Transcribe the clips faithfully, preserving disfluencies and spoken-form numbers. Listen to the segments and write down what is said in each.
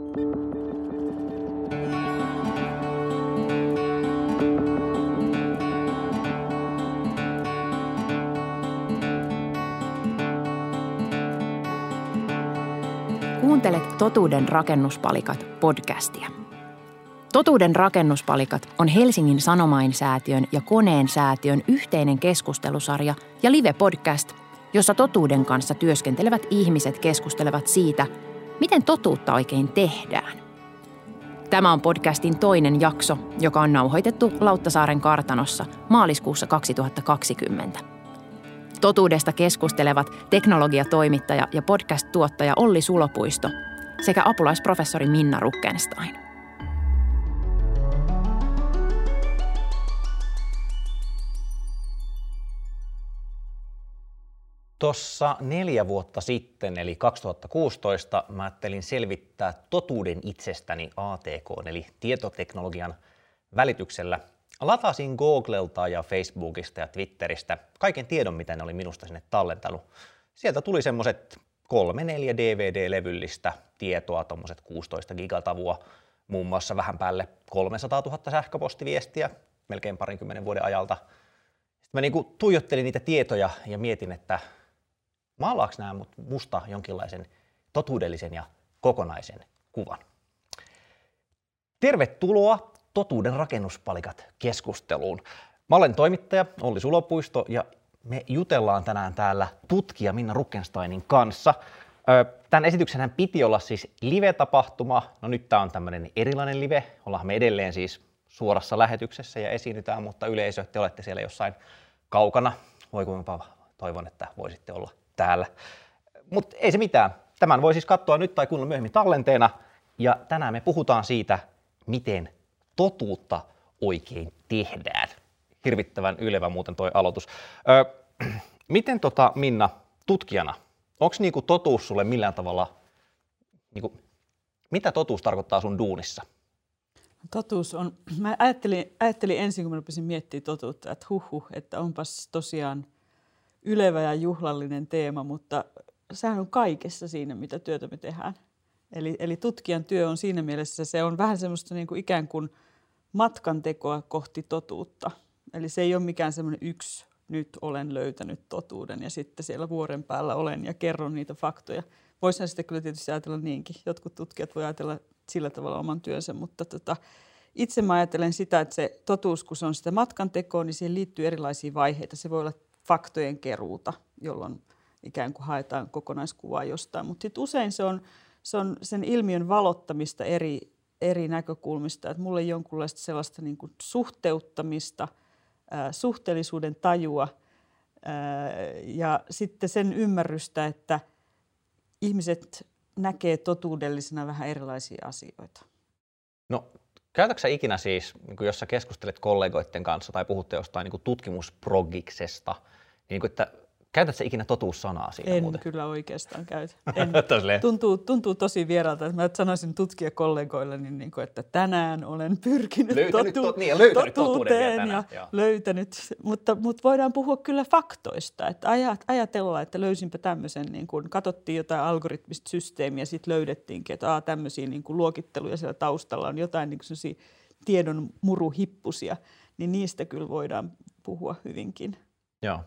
Kuuntelet Totuuden rakennuspalikat podcastia. Totuuden rakennuspalikat on Helsingin Sanomain-säätiön ja Koneen säätiön yhteinen keskustelusarja ja live-podcast, jossa totuuden kanssa työskentelevät ihmiset keskustelevat siitä, miten totuutta oikein tehdään. Tämä on podcastin toinen jakso, joka on nauhoitettu Lauttasaaren kartanossa maaliskuussa kaksituhattakaksikymmentä. Totuudesta keskustelevat teknologiatoimittaja ja podcast-tuottaja Olli Sulopuisto sekä apulaisprofessori Minna Rukkenstein. Tuossa neljä vuotta sitten, eli kaksituhattakuusitoista, mä ajattelin selvittää totuuden itsestäni A T K:n, eli tietoteknologian välityksellä. Latasin Googlelta ja Facebookista ja Twitteristä kaiken tiedon, mitä ne oli minusta sinne tallentanut. Sieltä tuli semmoiset kolme neljä D V D-levyllistä tietoa, tommoset kuusitoista gigatavua, muun muassa vähän päälle kolmesataatuhatta sähköpostiviestiä melkein parinkymmenen vuoden ajalta. Sitten mä niinku tuijottelin niitä tietoja ja mietin, että maalaaks nämä musta jonkinlaisen totuudellisen ja kokonaisen kuvan. Tervetuloa Totuuden rakennuspalikat keskusteluun. Mä olen toimittaja Olli Sulopuisto ja me jutellaan tänään täällä tutkija Minna Rukkensteinin kanssa. Tämän esityksenhän piti olla siis live-tapahtuma. No nyt tää on tämmöinen erilainen live. Ollaan me edelleen siis suorassa lähetyksessä ja esiinnytään, mutta yleisö, te olette siellä jossain kaukana. Voi kuinka toivon, että voisitte olla täällä. Mutta ei se mitään. Tämän voi siis katsoa nyt tai kuunnella myöhemmin tallenteena. Ja tänään me puhutaan siitä, miten totuutta oikein tehdään. Hirvittävän ylevä muuten toi aloitus. Öö, miten tota, Minna, tutkijana, onko niinku totuus sulle millään tavalla, niinku, mitä totuus tarkoittaa sun duunissa? Totuus on, mä ajattelin, ajattelin ensin, kun mä rupesin miettimään totuutta, että huhhuh, että onpas tosiaan ylevä ja juhlallinen teema, mutta sehän on kaikessa siinä, mitä työtä me tehdään. Eli, eli tutkijan työ on siinä mielessä, se on vähän semmoista niin kuin ikään kuin matkantekoa kohti totuutta. Eli se ei ole mikään semmoinen yksi, nyt olen löytänyt totuuden ja sitten siellä vuoren päällä olen ja kerron niitä faktoja. Voisihan sitten kyllä tietysti ajatella niinkin. Jotkut tutkijat voi ajatella sillä tavalla oman työnsä, mutta tota, itse mä ajattelen sitä, että se totuus, kun se on sitä matkantekoa, niin siihen liittyy erilaisia vaiheita. Se voi olla faktojen keruuta, jolloin ikään kuin haetaan kokonaiskuvaa jostain, mutta sitten usein se on Se on sen ilmiön valottamista eri, eri näkökulmista. Että mulle jonkunlaista sellaista niin kuin suhteuttamista, ää, suhteellisuuden tajua ää, ja sitten sen ymmärrystä, että ihmiset näkee totuudellisena vähän erilaisia asioita. No, käytätkö sä ikinä siis, niin jos sä keskustelet kollegoiden kanssa tai puhutte jostain niin tutkimusprogiksesta, niin kuin, että käytätkö sä ikinä totuussanaa siinä en muuten? kyllä oikeastaan käytä. En. tuntuu, tuntuu tosi vieraalta, että mä sanoisin tutkijakollegoille, niin niin kuin, että tänään olen pyrkinyt löytänyt, totu- to, niin, löytänyt totuuteen tänään, ja joo. löytänyt. Mutta, mutta voidaan puhua kyllä faktoista. Että ajatellaan, että löysinpä tämmöisen, niin kuin katsottiin jotain algoritmista systeemiä, sitten löydettiinkin, että aa, tämmöisiä niin kuin luokitteluja siellä taustalla on jotain niin kuin tiedon muruhippusia, niin niistä kyllä voidaan puhua hyvinkin. Joo.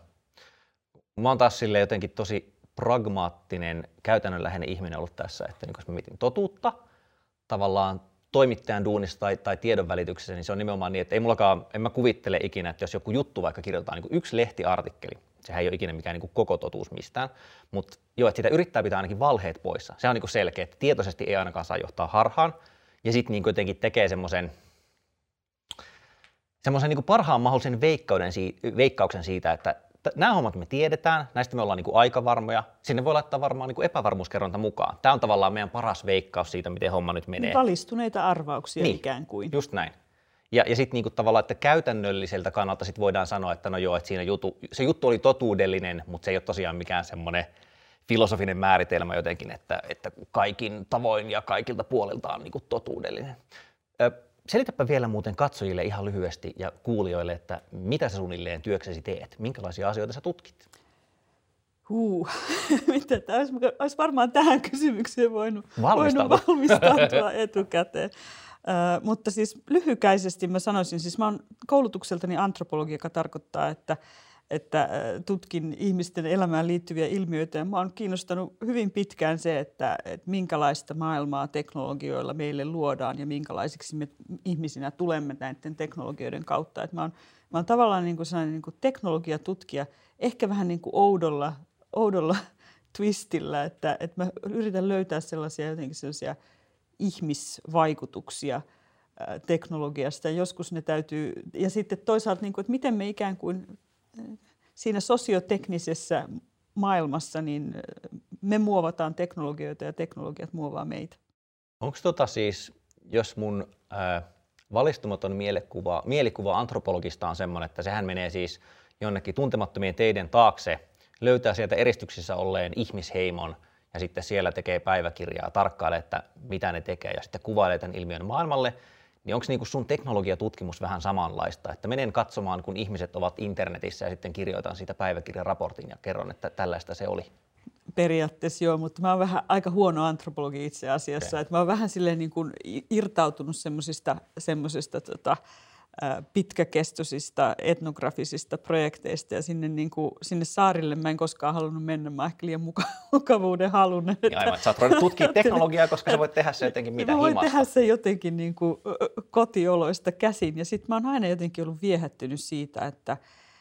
Mä oon taas sille jotenkin tosi pragmaattinen, käytännönläheinen ihminen ollut tässä, että niin jos mä mietin totuutta tavallaan toimittajan duunissa tai, tai tiedon välityksessä, niin se on nimenomaan niin, että ei mullakaan, en mä kuvittele ikinä, että jos joku juttu vaikka kirjoitetaan niin yksi lehtiartikkeli, sehän ei ole ikinä mikään niin koko totuus mistään, mutta joo, että sitä yrittää pitää ainakin valheet poissa. Se on niin selkeä, että tietoisesti ei ainakaan saa johtaa harhaan ja sitten niin jotenkin tekee semmoisen semmoisen niin parhaan mahdollisen veikkauksen siitä, että nämä hommat me tiedetään, näistä me ollaan niin kuin aika varmoja. Sinne voi laittaa varmaan niin kuin epävarmuuskerronta mukaan. Tämä on tavallaan meidän paras veikkaus siitä, miten homma nyt menee. Valistuneita arvauksia niin, ikään kuin. Just näin. Ja, ja sitten niin kuin tavallaan, että käytännölliseltä kannalta sit voidaan sanoa, että no joo, että siinä jutu, se juttu oli totuudellinen, mutta se ei ole tosiaan mikään semmoinen filosofinen määritelmä jotenkin, että, että kaikin tavoin ja kaikilta puolilta on niin kuin totuudellinen. Ö, Selitäpä vielä muuten katsojille ihan lyhyesti ja kuulijoille, että mitä sä suunnilleen työksesi teet, minkälaisia asioita sä tutkit? Huu, mitä tämä olisi, olisi varmaan tähän kysymykseen voinut, voinut Valmistautua. valmistautua etukäteen. Ö, mutta siis lyhykäisesti mä sanoisin, siis mä oon koulutukseltani antropologi, joka tarkoittaa, että, että tutkin ihmisten elämään liittyviä ilmiöitä. Ja mä oon kiinnostanut hyvin pitkään se, että, että minkälaista maailmaa teknologioilla meille luodaan ja minkälaisiksi me ihmisinä tulemme näiden teknologioiden kautta. Että mä oon, mä oon tavallaan niin kuin sellainen niin kuin teknologiatutkija, ehkä vähän niin kuin oudolla, oudolla twistillä, että, että mä yritän löytää sellaisia jotenkin sellaisia ihmisvaikutuksia ää, teknologiasta. Ja joskus ne täytyy, ja sitten toisaalta, niin kuin, että miten me ikään kuin siinä sosioteknisessä maailmassa, niin me muovataan teknologioita ja teknologiat muovaa meitä. Onko tota siis, jos mun äh, valistumaton mielikuva, mielikuva antropologista on semmoinen, että sehän menee siis jonnekin tuntemattomien teiden taakse, löytää sieltä eristyksissä olleen ihmisheimon ja sitten siellä tekee päiväkirjaa, tarkkailee, että mitä ne tekee ja sitten kuvailee tämän ilmiön maailmalle, niin onko niinku sun teknologiatutkimus vähän samanlaista, että menen katsomaan, kun ihmiset ovat internetissä ja sitten kirjoitan siitä päiväkirjan raportin ja kerron, että tällaista se oli? Periaatteessa joo, mutta mä oon vähän aika huono antropologi itse asiassa, okay. Että mä oon vähän silleen niin kuin irtautunut semmoisista, semmoisista tota, pitkäkestoisista etnografisista projekteista ja sinne, niin kuin, sinne saarille mä en koskaan halunnut mennä, mä ehkä liian muka, mukavuuden halunnut. Niin aivan, sä oot ruvennut tutkia teknologiaa, koska sä voit tehdä se jotenkin mitä mä voin himasta. tehdä se jotenkin niin kuin kotioloista käsin ja sitten mä oon aina jotenkin ollut viehättynyt siitä, että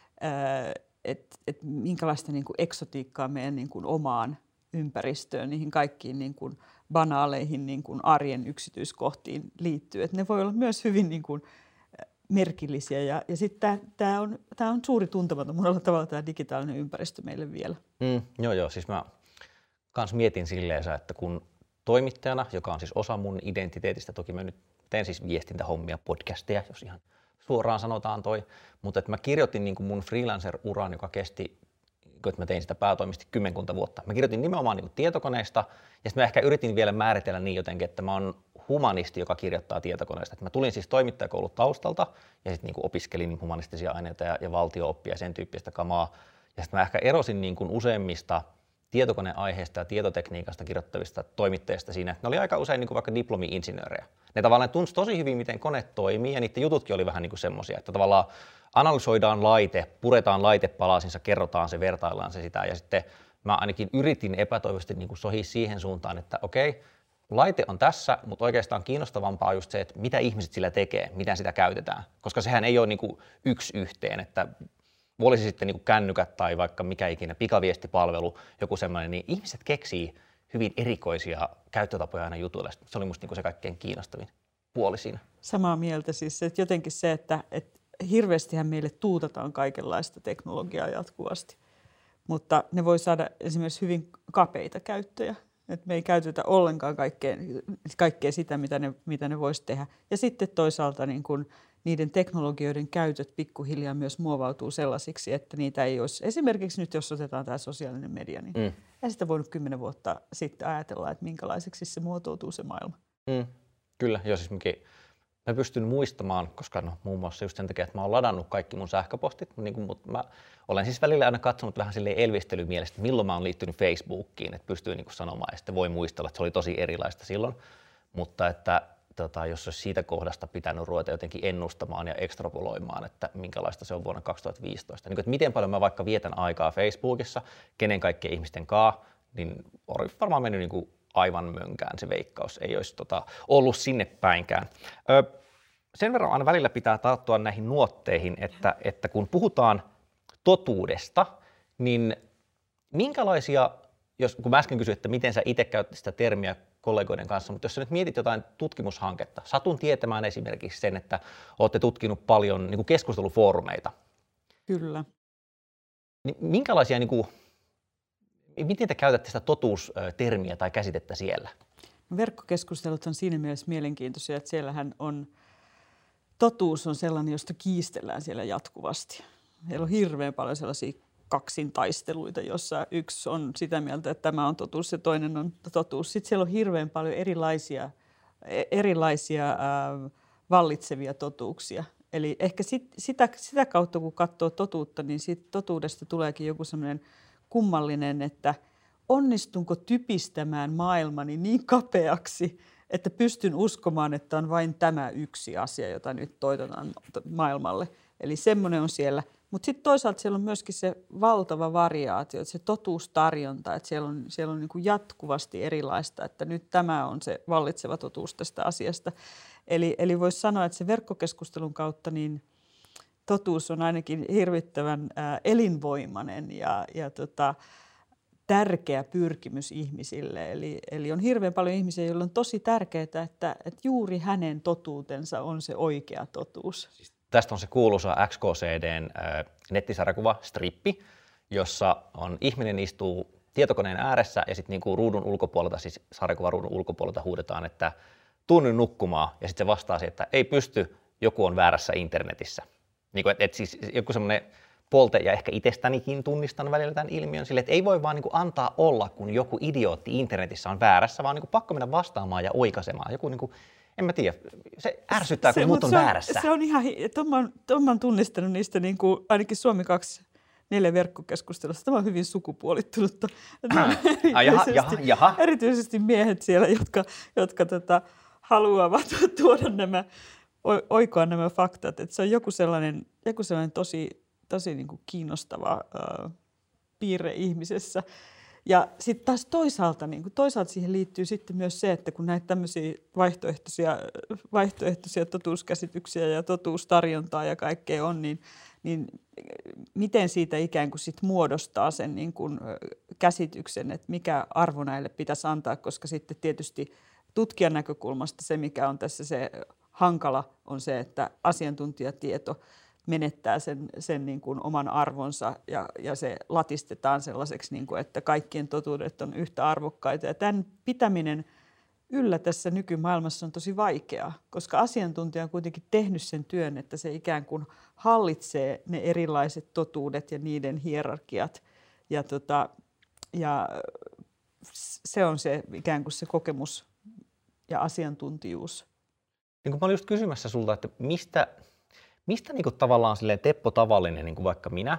et, et minkälaista niin kuin eksotiikkaa meidän niin kuin omaan ympäristöön, niihin kaikkiin niin kuin banaaleihin niin kuin arjen yksityiskohtiin liittyy. Et ne voi olla myös hyvin niin kuin merkillisiä ja, ja sitten tämä on, tää on suuri tuntematon monella tavalla tämä digitaalinen ympäristö meille vielä. Mm, joo, joo. Siis mä kans mietin silleen, että kun toimittajana, joka on siis osa mun identiteetistä, toki mä nyt teen siis viestintähommia, podcasteja, jos ihan suoraan sanotaan toi, mutta että mä kirjoitin niin kuin mun freelancer-uran, joka kesti, että mä tein sitä päätoimisesti kymmenkunta vuotta. Mä kirjoitin nimenomaan niin kuin tietokoneesta ja sitten mä ehkä yritin vielä määritellä niin jotenkin, että mä oon humanisti, joka kirjoittaa tietokoneesta. Että mä tulin siis toimittajakoulut taustalta ja sitten niin kuin opiskelin humanistisia aineita ja, ja valtio-oppia ja sen tyyppistä kamaa. Ja sitten mä ehkä erosin niin kuin useimmista tietokoneaiheista ja tietotekniikasta kirjoittavista toimittajista siinä, että ne oli aika usein niin kuin vaikka diplomi-insinöörejä. Ne tavallaan tunsi tosi hyvin, miten kone toimii ja niiden jututkin oli vähän niin kuin semmoisia, että tavallaan analysoidaan laite, puretaan laite palasinsa, kerrotaan se, vertaillaan se sitä ja sitten mä ainakin yritin epätoivoisesti niin kuin sohia siihen suuntaan, että okei, laite on tässä, mutta oikeastaan kiinnostavampaa just se, että mitä ihmiset sillä tekee, miten sitä käytetään, koska sehän ei ole niin kuin yksi yhteen, että olisi sitten niin kuin kännykät tai vaikka mikä ikinä pikaviestipalvelu, joku semmoinen, niin ihmiset keksii hyvin erikoisia käyttötapoja aina jutuille. Se oli musta niin kuin se kaikkein kiinnostavin puoli siinä. Samaa mieltä siis, että jotenkin se, että, että hirveästihän meille tuutataan kaikenlaista teknologiaa jatkuvasti, mutta ne voi saada esimerkiksi hyvin kapeita käyttöjä. Että me ei käytetä ollenkaan kaikkea, kaikkea sitä, mitä ne, mitä ne voisi tehdä. Ja sitten toisaalta niin kun niiden teknologioiden käytöt pikkuhiljaa myös muovautuu sellaisiksi, että niitä ei olisi. Esimerkiksi nyt, jos otetaan tämä sosiaalinen media, niin mm. ei sitä voinut kymmenen vuotta sitten ajatella, että minkälaiseksi se muotoutuu se maailma. Mm. Kyllä, joo siis mäkin, mä pystyn muistamaan, koska no, muun muassa just sen takia, että mä oon ladannut kaikki mun sähköpostit, niin kuin, mutta mä olen siis välillä aina katsonut vähän silleen elvistelymielestä, milloin mä oon liittynyt Facebookiin, että pystyy niin kuin sanomaan ja sitten voi muistella, että se oli tosi erilaista silloin, mutta että tota, jos olisi siitä kohdasta pitänyt ruveta jotenkin ennustamaan ja ekstrapoloimaan, että minkälaista se on vuonna kaksituhattaviisitoista, niin kuin, että miten paljon mä vaikka vietän aikaa Facebookissa, kenen kaikkien ihmisten kanssa, niin olisi varmaan mennyt niin kuin aivan mönkään se veikkaus, ei olisi tota, ollut sinne päinkään. Ö, sen verran aina välillä pitää tarttua näihin nuotteihin, että, että kun puhutaan totuudesta, niin minkälaisia, jos, kun mä äsken kysyin, että miten sä itse käytät sitä termiä kollegoiden kanssa, mutta jos sä nyt mietit jotain tutkimushanketta, satun tietämään esimerkiksi sen, että olette tutkinut paljon niin kuin keskustelufoorumeita. Kyllä. Niin minkälaisia, niin kuin, miten te käytätte sitä totuustermiä tai käsitettä siellä? Verkkokeskustelut on siinä mielessä mielenkiintoisia, että siellähän on, totuus on sellainen, josta kiistellään siellä jatkuvasti. Meillä on hirveän paljon sellaisia kaksintaisteluita, jossa yksi on sitä mieltä, että tämä on totuus ja toinen on totuus. Sitten siellä on hirveän paljon erilaisia, erilaisia äh, vallitsevia totuuksia. Eli ehkä sit, sitä, sitä kautta, kun katsoo totuutta, niin siitä totuudesta tuleekin joku sellainen kummallinen, että onnistunko typistämään maailmani niin kapeaksi, että pystyn uskomaan, että on vain tämä yksi asia, jota nyt toitotan maailmalle. Eli semmoinen on siellä. Mutta sitten toisaalta siellä on myöskin se valtava variaatio, se totuustarjonta, että siellä on, siellä on niin kuin jatkuvasti erilaista, että nyt tämä on se vallitseva totuus tästä asiasta. Eli, eli voisi sanoa, että se verkkokeskustelun kautta niin totuus on ainakin hirvittävän ää, elinvoimainen ja, ja tota, tärkeä pyrkimys ihmisille. Eli, eli on hirveän paljon ihmisiä, joilla on tosi tärkeää, että, että juuri hänen totuutensa on se oikea totuus. Siis tästä on se kuuluisa X K C D:n äh, nettisarjakuva Strippi, jossa on ihminen istuu tietokoneen ääressä ja sitten niinku ruudun ulkopuolelta, siis sarjakuvan ruudun ulkopuolelta huudetaan, että tunnin nukkumaan ja sitten se vastaa siihen, että ei pysty, joku on väärässä internetissä. Niin kuin, että et siis joku semmoinen polte, ja ehkä itsestänikin tunnistan välillä tämän ilmiön sille, että ei voi vaan niin kuin antaa olla, kun joku idiootti internetissä on väärässä, vaan niin kuin pakko mennä vastaamaan ja oikaisemaan. Joku niin kuin, en mä tiedä, se ärsyttää, kun se, muut on se on, väärässä. Se on ihan, tuon mä oon tunnistanut niistä niin kuin, ainakin Suomi kaksikymmentäneljä verkkokeskustelussa. Tämä on hyvin sukupuolittunutta. erityisesti, jaha, jaha, jaha. erityisesti miehet siellä, jotka, jotka tota, haluavat tuoda nämä, oikoa nämä faktat. Että se on joku sellainen, joku sellainen tosi, tosi niin kuin kiinnostava äh, piirre ihmisessä. Ja sitten taas toisaalta, niin kuin toisaalta siihen liittyy sitten myös se, että kun näitä tämmöisiä vaihtoehtoisia, vaihtoehtoisia totuuskäsityksiä ja totuustarjontaa ja kaikkea on, niin, niin miten siitä ikään kuin sit muodostaa sen niin kuin käsityksen, että mikä arvo näille pitäisi antaa, koska sitten tietysti tutkijan näkökulmasta se, mikä on tässä se hankala, on se, että asiantuntijatieto menettää sen, sen niin kuin oman arvonsa ja, ja se latistetaan sellaiseksi, niin kuin, että kaikkien totuudet on yhtä arvokkaita. Ja tämän pitäminen yllä tässä nykymaailmassa on tosi vaikeaa, koska asiantuntija on kuitenkin tehnyt sen työn, että se ikään kuin hallitsee ne erilaiset totuudet ja niiden hierarkiat. Ja, tota, ja se on se ikään kuin se kokemus ja asiantuntijuus. Niin kuin mä olin just kysymässä sulta, että mistä... Mistä niin kuin tavallaan silleen Teppo tavallinen, niin kuin vaikka minä,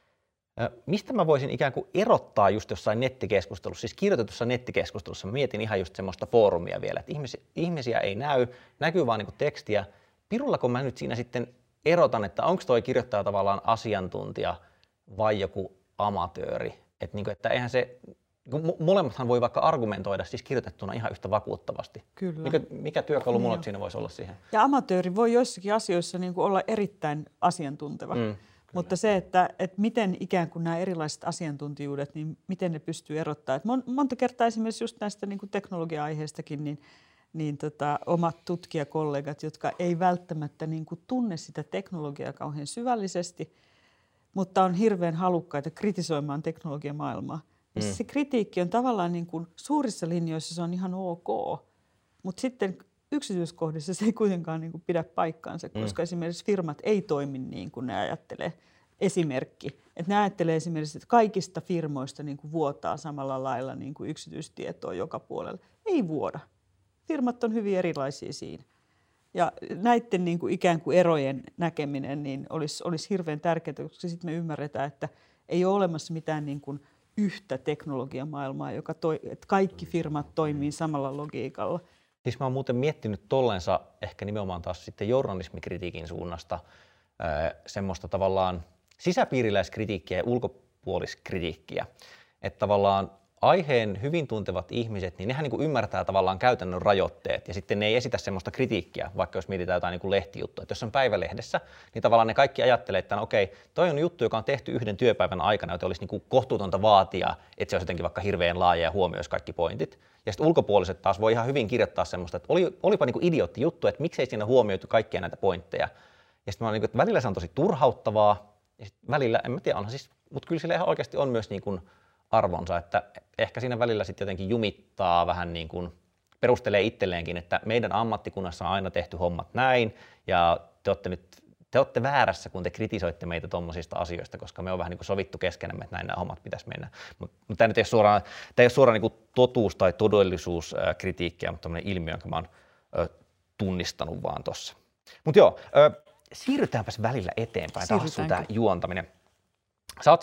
mistä mä voisin ikään kuin erottaa just jossain nettikeskustelussa, siis kirjoitetussa nettikeskustelussa, mä mietin ihan just semmoista foorumia vielä, että ihmisiä, ihmisiä ei näy, näkyy vaan niin kuin tekstiä. Pirullako mä nyt siinä sitten erotan, että onko toi kirjoittaja tavallaan asiantuntija vai joku amatööri, että, niin kuin, että eihän se... Molemmathan voi vaikka argumentoida siis kirjoitettuna ihan yhtä vakuuttavasti. Kyllä. Mikä, mikä työkalu mulla siinä voisi olla siihen? Ja amatööri voi joissakin asioissa niin kuin olla erittäin asiantunteva. Mm, mutta se, että, että miten ikään kuin nämä erilaiset asiantuntijuudet, niin miten ne pystyy erottamaan. Että monta kertaa esimerkiksi just näistä niin kuin teknologia-aiheistakin, niin, niin tota, omat tutkijakollegat, jotka ei välttämättä niin kuin tunne sitä teknologiaa kauhean syvällisesti, mutta on hirveän halukkaita kritisoimaan teknologiamaailmaa. Mm. Se kritiikki on tavallaan niin kuin suurissa linjoissa se on ihan ok, mutta sitten yksityiskohdissa se ei kuitenkaan niin kuin pidä paikkaansa, koska mm. esimerkiksi firmat ei toimi niin kuin ne ajattelee. Esimerkki, että ne ajattelee esimerkiksi, että kaikista firmoista niin kuin vuotaa samalla lailla niin kuin yksityistietoa joka puolella. Ei vuoda. Firmat on hyvin erilaisia siinä. Ja näiden niin kuin ikään kuin erojen näkeminen niin olisi, olisi hirveän tärkeää, koska sitten me ymmärretään, että ei ole olemassa mitään niin kuin yhtä teknologiamaailmaa, joka toi, että kaikki firmat toimii samalla logiikalla. Siis mä oon muuten miettinyt tollensa ehkä nimenomaan taas sitten journalismikritiikin suunnasta äh, semmoista tavallaan sisäpiiriläiskritiikkiä ja ulkopuoliskritiikkiä. Että tavallaan aiheen hyvin tuntevat ihmiset, niin nehän niin kuin ymmärtää tavallaan käytännön rajoitteet ja sitten ne ei esitä semmoista kritiikkiä, vaikka jos mietitään jotain niin kuin lehtijuttua. Että jos on päivälehdessä, niin tavallaan ne kaikki ajattelee, että no okei, toi on juttu, joka on tehty yhden työpäivän aikana, joten olisi niin kuin kohtuutonta vaatia, että se olisi jotenkin vaikka hirveän laaja ja huomioisi kaikki pointit. Ja sitten ulkopuoliset taas voi ihan hyvin kirjoittaa semmoista, että oli, olipa niin kuin idiootti juttu, että miksei siinä huomioitu kaikkia näitä pointteja. Ja sitten mä niin kuin, että välillä se on tosi turhauttavaa ja sitten välillä, en mä tiedä, onhan siis, mutta kyllä sillä ihan oikeasti on myös niin kuin arvonsa, että ehkä siinä välillä sitten jotenkin jumittaa vähän niin kuin, perustelee itselleenkin, että meidän ammattikunnassa on aina tehty hommat näin ja te olette nyt, te olette väärässä, kun te kritisoitte meitä tuommoisista asioista, koska me on vähän niin kuin sovittu keskenämme, että näin nämä hommat pitäisi mennä. Mutta mut tämä nyt ei ole suoraan, tämä ei ole suoraan niin kuin totuus- tai todellisuuskritiikkiä, mutta tämmöinen ilmiö, jonka mä oon ö, tunnistanut vaan tuossa. Mutta joo, ö, siirrytäänpäs välillä eteenpäin, taas sun tämä juontaminen. Sä oot siis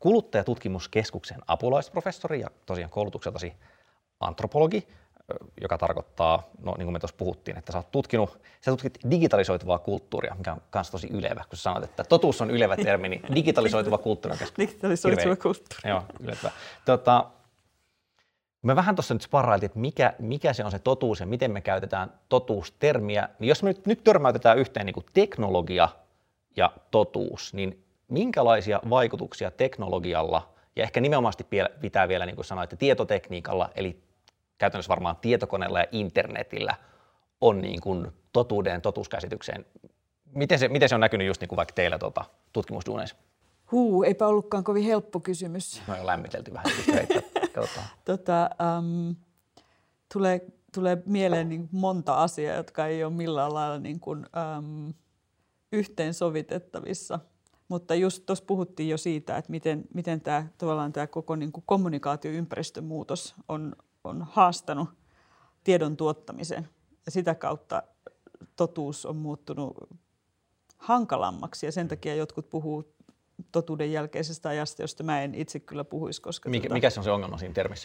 kuluttajatutkimuskeskuksen apulaisprofessori ja tosiaan koulutukseltasi antropologi, joka tarkoittaa, no niin kuin me tuossa puhuttiin, että sä oot tutkinut, sä tutkit digitalisoituvaa kulttuuria, mikä on myös tosi ylevä, kun sä sanot, että totuus on ylevä termi, niin digitalisoituva kulttuuri on keskustelussa. Digitalisoituva kulttuuri. Joo, yllättävää. Tota, me vähän tuossa nyt sparrailtiin, että mikä, mikä se on se totuus ja miten me käytetään totuustermiä. Niin jos me nyt, nyt törmäytetään yhteen niin kuin teknologia ja totuus, niin minkälaisia vaikutuksia teknologialla ja ehkä nimenomaan pitää vielä, niin kuin sanoitte, tietotekniikalla, eli käytännössä varmaan tietokoneella ja internetillä on niin kuin totuuden totuuskäsitykseen. Miten se, miten se on näkynyt just niin kuin vaikka teillä tuota, tutkimusduuneissa? Huu, eipä ollutkaan kovin helppo kysymys. No jo lämmitelty vähän. tota, um, tulee, tulee mieleen niin monta asiaa, jotka ei ole millään lailla niin kuin, um, yhteensovitettavissa. Mutta just tuossa puhuttiin jo siitä, että miten, miten tämä, tavallaan tämä koko niin kuin kommunikaatioympäristön muutos on, on haastanut tiedon tuottamisen. Ja sitä kautta totuus on muuttunut hankalammaksi ja sen takia jotkut puhuu totuuden jälkeisestä ajasta, josta mä en itse kyllä puhuisi. Koska mikä, tota, mikä se on se ongelma siinä termissä?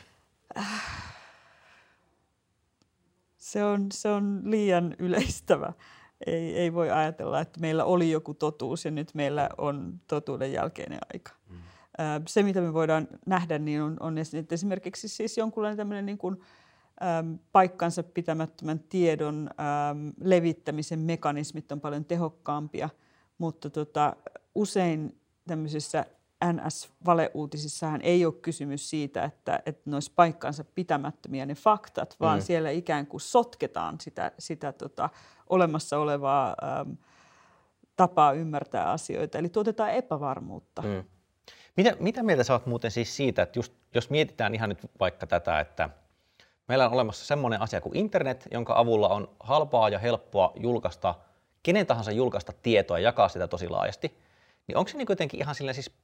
Se on, se on liian yleistävä. Ei, ei voi ajatella, että meillä oli joku totuus ja nyt meillä on totuuden jälkeinen aika. Mm. Se, mitä me voidaan nähdä, niin on, on esimerkiksi siis jonkunlainen tämmöinen niin kuin, äm, paikkansa pitämättömän tiedon äm, levittämisen mekanismit on paljon tehokkaampia, mutta tota, usein tämmöisissä N S-valeuutisissahan ei ole kysymys siitä, että, että ne olisi paikkansa pitämättömiä ne faktat, vaan mm. siellä ikään kuin sotketaan sitä, sitä tota, olemassa olevaa äm, tapaa ymmärtää asioita. Eli tuotetaan epävarmuutta. Mm. Mitä, mitä mieltä sä oot muuten siis siitä, että just, jos mietitään ihan nyt vaikka tätä, että meillä on olemassa semmoinen asia kuin internet, jonka avulla on halpaa ja helppoa julkaista, kenen tahansa julkaista tietoa ja jakaa sitä tosi laajasti, niin onko se niin jotenkin ihan sillä siis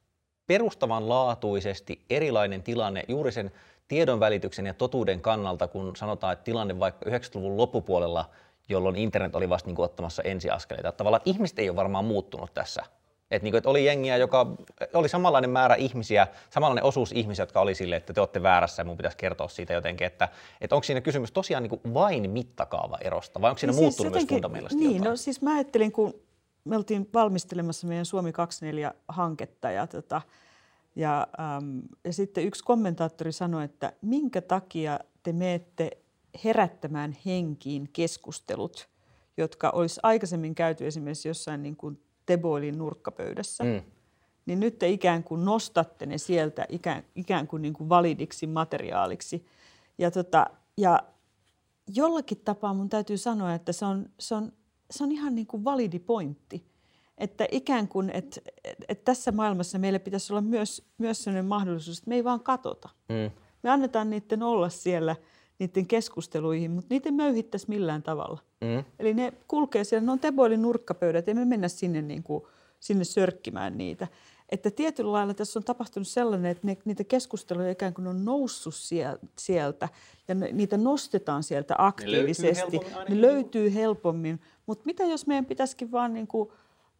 perustavanlaatuisesti erilainen tilanne juuri sen tiedon välityksen ja totuuden kannalta, kun sanotaan, että tilanne vaikka yhdeksänkymmentäluvun loppupuolella, jolloin internet oli vasta niin kuin ottamassa ensiaskeleita. Tavallaan että ihmiset ei ole varmaan muuttunut tässä. Että, niin kuin, että oli jengiä, joka oli samanlainen määrä ihmisiä, samanlainen osuus ihmisiä, jotka oli silleen, että te olette väärässä ja mun pitäisi kertoa siitä jotenkin, että, että onko siinä kysymys tosiaan niin kuin vain mittakaavaerosta vai onko siinä niin muuttunut siis jotenkin, myös fundamentaalisesti niin, jotain? No siis mä ajattelin, kun me oltiin valmistelemassa meidän Suomi kaksikymmentäneljä-hanketta ja, tota, ja, äm, ja sitten yksi kommentaattori sanoi, että minkä takia te menette herättämään henkiin keskustelut, jotka olisi aikaisemmin käyty esimerkiksi jossain niin kuin Teboilin nurkkapöydässä, mm. niin nyt te ikään kuin nostatte ne sieltä ikään, ikään kuin, niin kuin validiksi materiaaliksi. Ja, tota, ja jollakin tapaa mun täytyy sanoa, että se on, se on, se on ihan niin kuin validi pointti. Että ikään kuin, että, että tässä maailmassa meillä pitäisi olla myös, myös sellainen mahdollisuus, että me ei vaan katsota. Mm. Me annetaan niiden olla siellä, niiden keskusteluihin, mutta niitä ei möyhittäisi millään tavalla. Mm. Eli ne kulkee siellä, ne on Teboilin nurkkapöydät, ei me mennä sinne, niin kuin, sinne sörkkimään niitä. Että tietyllä lailla tässä on tapahtunut sellainen, että ne, niitä keskusteluja ikään kuin on noussut sieltä ja ne, niitä nostetaan sieltä aktiivisesti. Ne löytyy helpommin. Ne löytyy helpommin. Mutta mitä jos meidän pitäisikin vaan niin kuin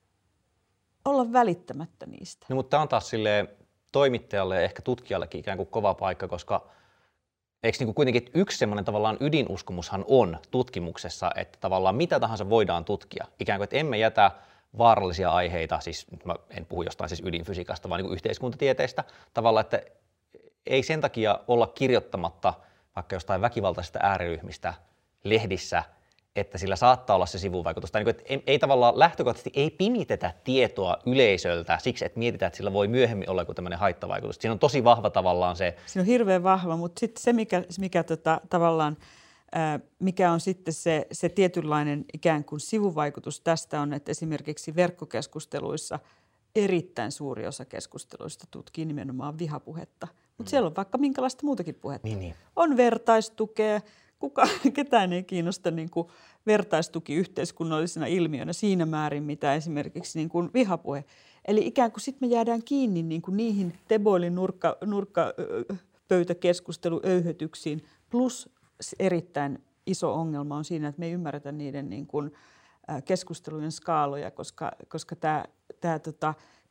olla välittämättä niistä? No, mutta tämä on taas silleen toimittajalle ja ehkä tutkijallekin ikään kuin kova paikka, koska eikö niin kuin kuitenkin yksi semmoinen tavallaan ydinuskomushan on tutkimuksessa, että tavallaan mitä tahansa voidaan tutkia. Ikään kuin, että emme jätä vaarallisia aiheita, siis mä en puhu jostain siis ydinfysiikasta, vaan niin kuin yhteiskuntatieteestä, tavallaan, että ei sen takia olla kirjoittamatta vaikka jostain väkivaltaisista ääriryhmistä lehdissä, että sillä saattaa olla se sivuvaikutus. Tai niin kuin, että ei, ei tavallaan lähtökohtaisesti ei pimitetä tietoa yleisöltä siksi, että mietitään, että sillä voi myöhemmin olla joku tämmöinen haittavaikutus. Siinä on tosi vahva tavallaan se. Siinä on hirveän vahva, mutta sitten se, mikä, mikä tota, tavallaan, ää, mikä on sitten se, se tietynlainen ikään kuin sivuvaikutus tästä on, että esimerkiksi verkkokeskusteluissa erittäin suuri osa keskusteluista tutkii nimenomaan vihapuhetta. Mutta mm. siellä on vaikka minkälaista muutakin puhetta. Niin, niin. On vertaistukea. Kuka, ketään ei kiinnosta niin kuin vertaistuki yhteiskunnallisena ilmiönä siinä määrin, mitä esimerkiksi niin kuin vihapuhe. Eli ikään kuin sitten me jäädään kiinni niin kuin niihin Teboilin nurkka, nurkkapöytäkeskusteluöyhötyksiin. Plus erittäin iso ongelma on siinä, että me ei ymmärretä niiden niin kuin keskustelujen skaaloja, koska, koska tämä, tämä tota,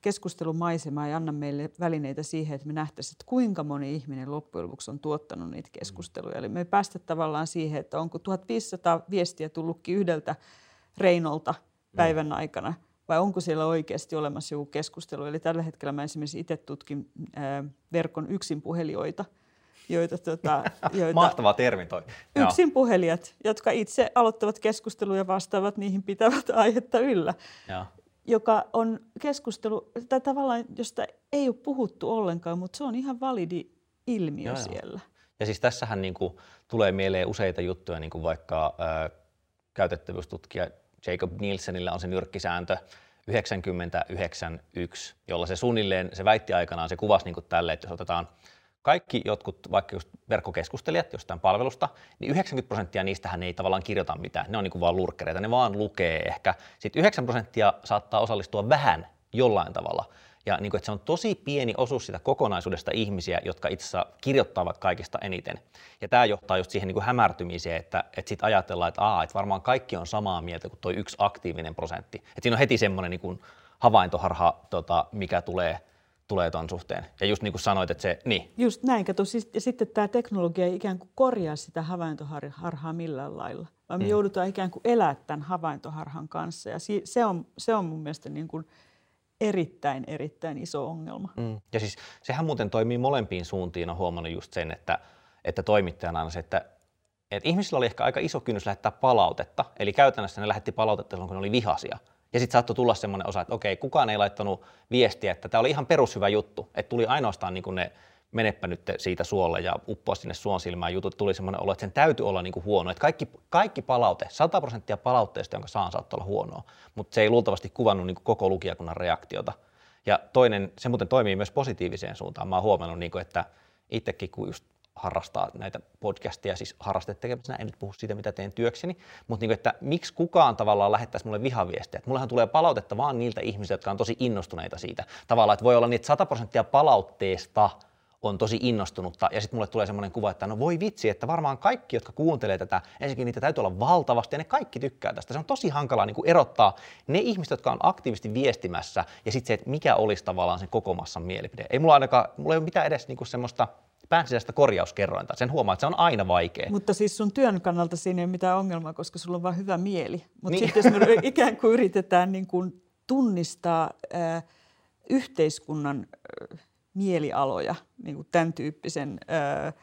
keskustelumaisemaa ja anna meille välineitä siihen, että me nähtäisiin, että kuinka moni ihminen loppujen lopuksi on tuottanut niitä keskusteluja. Eli me ei päästä tavallaan siihen, että onko tuhatviisisataa viestiä tullutkin yhdeltä Reinolta päivän aikana, vai onko siellä oikeasti olemassa joku keskustelu. Eli tällä hetkellä mä esimerkiksi itse tutkin ää, verkon yksinpuhelijoita. Joita, tota, joita, Mahtava termi toi. Yksinpuhelijat, jotka itse aloittavat keskusteluja ja vastaavat niihin pitävät aihetta yllä. Joo. Joka on keskustelu, tai tavallaan, josta ei ole puhuttu ollenkaan, mutta se on ihan validi ilmiö joo, siellä. Joo. Ja siis tässähän niin kuin tulee mieleen useita juttuja, niin kuin vaikka ää, käytettävyystutkija Jacob Nielsenillä on se nyrkkisääntö yhdeksänkymmentä yhdeksän yksi, jolla se suunnilleen, se väitti aikanaan, se kuvasi niin kuin tälle, että jos otetaan kaikki jotkut vaikka just verkkokeskustelijat jostain palvelusta, niin yhdeksänkymmentä prosenttia niistähän ei tavallaan kirjoita mitään. Ne on niin kuin vaan lurkkereita, ne vaan lukee ehkä. Sitten yhdeksän prosenttia saattaa osallistua vähän jollain tavalla. Ja niin kuin, että se on tosi pieni osuus sitä kokonaisuudesta ihmisiä, jotka itse asiassa kirjoittavat kaikista eniten. Ja tämä johtaa just siihen niin kuin hämärtymiseen, että, että sitten ajatellaan, että, aa, että varmaan kaikki on samaa mieltä kuin tuo yksi aktiivinen prosentti. Että siinä on heti semmoinen niin kuin havaintoharha, tota, mikä tulee tulee tuon suhteen. Ja just niin kuin sanoit, että se, niin. Just näin, kato. Siis, ja sitten tämä teknologia ei ikään kuin korjaa sitä havaintoharhaa millään lailla, vaan me mm. joudutaan ikään kuin elää tämän havaintoharhan kanssa. Ja si, se, on, se on mun mielestä niin kuin erittäin, erittäin iso ongelma. Mm. Ja siis sehän muuten toimii molempiin suuntiin. On huomannut just sen, että, että toimittajana aina se, että, että ihmisillä oli ehkä aika iso kynnys lähettää palautetta. Eli käytännössä ne lähetti palautetta silloin, kun ne oli vihaisia. Ja sitten saattoi tulla semmoinen osa, että okei, kukaan ei laittanut viestiä, että tämä oli ihan perushyvä juttu. Että tuli ainoastaan niin kuin ne meneppä nyt siitä suolle ja uppoa sinne suon silmään jutut. Tuli semmoinen olo, että sen täytyy olla niin kuin huono. Että kaikki, kaikki palaute, sata prosenttia palautteesta, jonka saan, saattaa olla huonoa. Mutta se ei luultavasti kuvannut niin kuin koko lukijakunnan reaktiota. Ja toinen, se muuten toimii myös positiiviseen suuntaan. Mä oon huomannut, niin kuin, että itsekin kun just harrastaa näitä podcasteja, siis harrastetekemisessä, en nyt puhu siitä, mitä teen työkseni, mutta niin, että miksi kukaan tavallaan lähettäisi mulle vihaviestejä. Että mullehan tulee palautetta vaan niiltä ihmisiltä, jotka on tosi innostuneita siitä. Tavallaan, että voi olla niitä sata prosenttia palautteesta on tosi innostunutta, ja sitten mulle tulee semmoinen kuva, että no voi vitsi, että varmaan kaikki, jotka kuuntelee tätä, ensinnäkin niitä täytyy olla valtavasti, ja ne kaikki tykkää tästä. Se on tosi hankalaa niin kuin erottaa ne ihmiset, jotka on aktiivisesti viestimässä, ja sitten se, että mikä olisi tavallaan sen koko massan mielipide. Ei mulla ainakaan, mulla ei ole mitään edes niin kuin semmoista päänsisäistä korjauskerrointa. Sen huomaa, että se on aina vaikea. Mutta siis sun työn kannalta siinä ei ole mitään ongelmaa, koska sulla on vaan hyvä mieli. Mutta niin. Sitten jos me ikään kuin yritetään niin kuin tunnistaa äh, yhteiskunnan äh, mielialoja niin kuin tämän tyyppisen äh,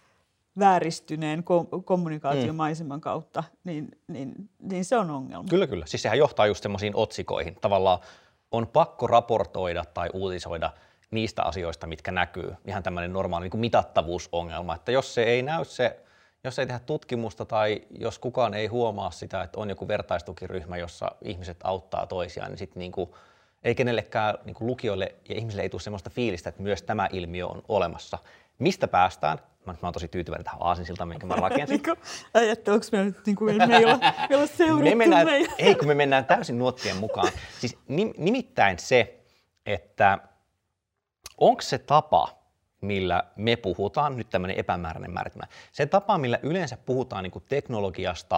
vääristyneen kom- kommunikaatiomaiseman mm. kautta, niin, niin, niin se on ongelma. Kyllä, kyllä. Siis sehän johtaa just semmoisiin otsikoihin. Tavallaan on pakko raportoida tai uutisoida niistä asioista, mitkä näkyy. Ihan tämmöinen normaali niin kuin mitattavuusongelma, että jos se ei näy se, jos ei tehdä tutkimusta tai jos kukaan ei huomaa sitä, että on joku vertaistukiryhmä, jossa ihmiset auttaa toisiaan, niin sitten niin kuin ei kenellekään niin kuin lukijoille ja ihmisille ei tule sellaista fiilistä, että myös tämä ilmiö on olemassa. Mistä päästään? Mä, mä oon tosi tyytyväinen tähän aasinsiltaan, minkä mä rakensin. Ajatteleko me nyt, niin kuin me ei olla, me olla seurattu me mennään, ei, kun me mennään täysin nuottien mukaan. Siis nim, nimittäin se, että onko se tapa, millä me puhutaan, nyt tämmöinen epämääräinen määritelmä, se tapa, millä yleensä puhutaan niin kuin teknologiasta,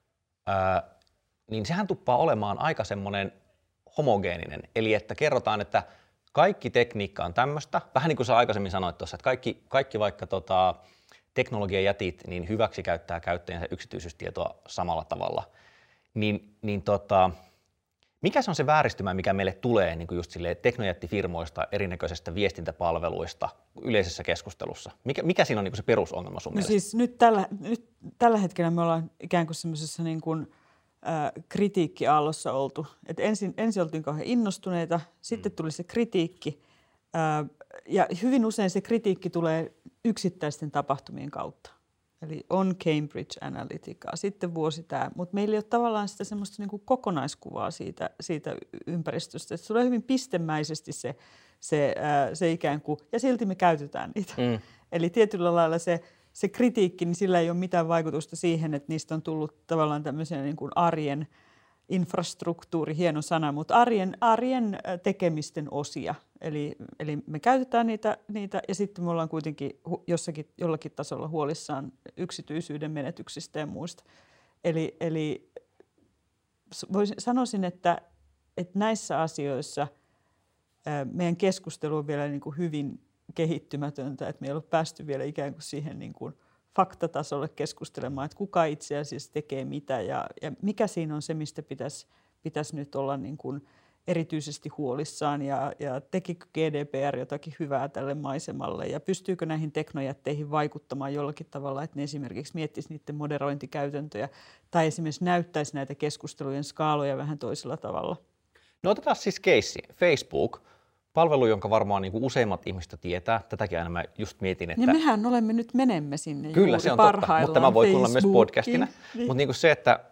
ää, niin sehän tuppaa olemaan aika semmoinen homogeeninen. Eli että kerrotaan, että kaikki tekniikka on tämmöistä, vähän niin kuin sä aikaisemmin sanoit tuossa, että kaikki, kaikki vaikka tota, teknologian jätit niin hyväksi käyttää käyttäjänsä yksityisyystietoa samalla tavalla, niin, niin tota, mikä se on se vääristymä, mikä meille tulee niin kuin just silleen teknojättifirmoista, erinäköisistä viestintäpalveluista yleisessä keskustelussa? Mikä, mikä siinä on niin kuin se perusongelma sun no mielestä? Siis nyt tällä, nyt tällä hetkellä me ollaan ikään kuin semmoisessa niin kuin äh, kritiikkiaallossa oltu. Et ensin, ensin oltiin kauhean innostuneita, sitten tuli se kritiikki äh, ja hyvin usein se kritiikki tulee yksittäisten tapahtumien kautta. Eli on Cambridge Analyticaa, sitten vuosi tämä, mutta meillä ei ole tavallaan sitä semmoista niin kuin kokonaiskuvaa siitä, siitä ympäristöstä. Se tulee hyvin pistemäisesti se, se, ää, se ikään kuin, ja silti me käytetään niitä. Mm. Eli tietyllä lailla se, se kritiikki, niin sillä ei ole mitään vaikutusta siihen, että niistä on tullut tavallaan tämmöisiä niin kuin arjen infrastruktuuri, hieno sana, mutta arjen, arjen tekemisten osia. Eli, eli me käytetään niitä, niitä ja sitten me ollaan kuitenkin jossakin, jollakin tasolla huolissaan yksityisyyden menetyksistä ja muista. Eli, eli voisin, sanoisin, että, että näissä asioissa meidän keskustelu on vielä niin kuin hyvin kehittymätöntä, että me ei ole päästy vielä ikään kuin siihen niin kuin faktatasolle keskustelemaan, että kuka itse asiassa tekee mitä ja, ja mikä siinä on se, mistä pitäisi, pitäisi nyt olla niin kuin erityisesti huolissaan ja, ja tekikö G D P R jotakin hyvää tälle maisemalle ja pystyykö näihin teknojätteihin vaikuttamaan jollakin tavalla, että ne esimerkiksi miettisi niiden moderointikäytäntöjä tai esimerkiksi näyttäisi näitä keskustelujen skaaloja vähän toisella tavalla. No otetaan siis keissi. Facebook, palvelu, jonka varmaan niin kuin useimmat ihmistä tietää. Tätäkin aina mä just mietin, että... Ja mehän olemme nyt menemme sinne Kyllä, se on totta, mutta mä voin kuulla myös podcastina. Niin. Mutta niin se, että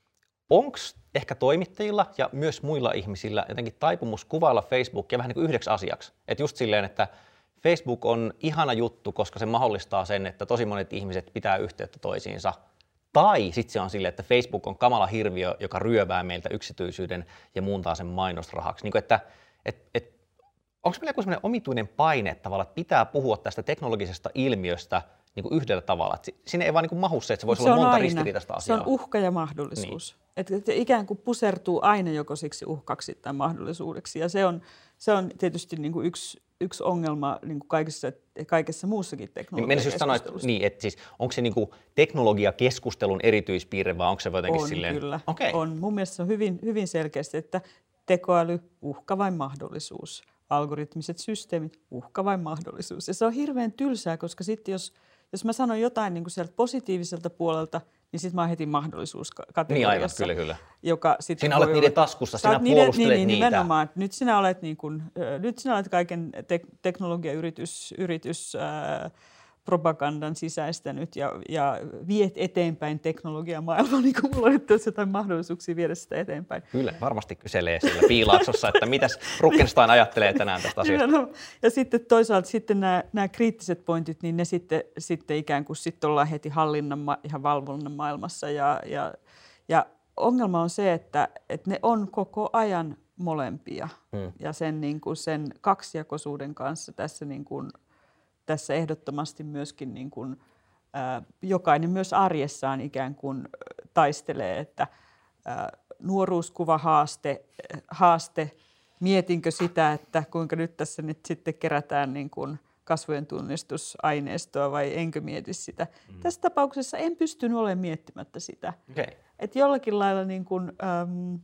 onko ehkä toimittajilla ja myös muilla ihmisillä jotenkin taipumus kuvailla Facebookia vähän niin kuin yhdeksi asiaksi. Että just silleen, että Facebook on ihana juttu, koska se mahdollistaa sen, että tosi monet ihmiset pitää yhteyttä toisiinsa. Tai sitten se on silleen, että Facebook on kamala hirviö, joka ryövää meiltä yksityisyyden ja muuntaa sen mainosrahaksi. Niin kuin, että et, et, onko meillä joku sellainen omituinen paine tavalla, että pitää puhua tästä teknologisesta ilmiöstä niin kuin yhdellä tavalla? Et sinne ei vaan niin kuin mahu se, että se voisi se olla monta aina. ristiriitaista asiaa. Se on uhka ja mahdollisuus. Niin. Että et ikään kuin pusertuu aina joko siksi uhkaksi tai mahdollisuudeksi. Ja se on, se on tietysti niin kuin yksi, yksi ongelma niin kuin kaikessa, kaikessa muussakin teknologiakeskustelussa. Niin, niin, että siis onko se niin kuin teknologiakeskustelun erityispiirre vai onko se jotenkin on, silleen? Kyllä, okay. on. Mun mielestä se on hyvin, hyvin selkeästi, että tekoäly, uhka vai mahdollisuus. Algoritmiset systeemit, uhka vai mahdollisuus. Ja se on hirveän tylsää, koska sitten jos, jos mä sanon jotain niin kuin sieltä positiiviselta puolelta, niin sitten mä oon heti mahdollisuuskategoriassa. Niin aivan, kyllä, kyllä. Joka sinä olet niiden taskussa, sinä puolustelet niin, niin, niitä. Nimenomaan. Nyt sinä olet, niin kuin, nyt sinä olet kaiken te- teknologiayritys yritys, ää, propagandan sisäistänyt ja, ja viet eteenpäin teknologiamaailmaa, niin kuin mulla on nyt jotain mahdollisuuksia viedä sitä eteenpäin. Kyllä, varmasti kyselee siellä Piilaaksossa, että mitäs Ruckenstein ajattelee tänään tästä asiasta. No, ja sitten toisaalta sitten nämä, nämä kriittiset pointit, niin ne sitten, sitten ikään kuin sitten ollaan heti hallinnan ja valvonnan maailmassa. Ja, ja, ja ongelma on se, että, että ne on koko ajan molempia. Hmm. Ja sen, niin kuin sen kaksijakoisuuden kanssa tässä niin kuin tässä ehdottomasti myöskin niin kuin, ää, jokainen myös arjessaan ikään kuin taistelee, että ää, nuoruuskuva haaste, haaste, mietinkö sitä, että kuinka nyt tässä nyt sitten kerätään niin kuin kasvojen tunnistusaineistoa vai enkö mieti sitä. Mm. Tässä tapauksessa en pystynyt olemaan miettimättä sitä. Okay. Että jollakin lailla, niin kuin, äm,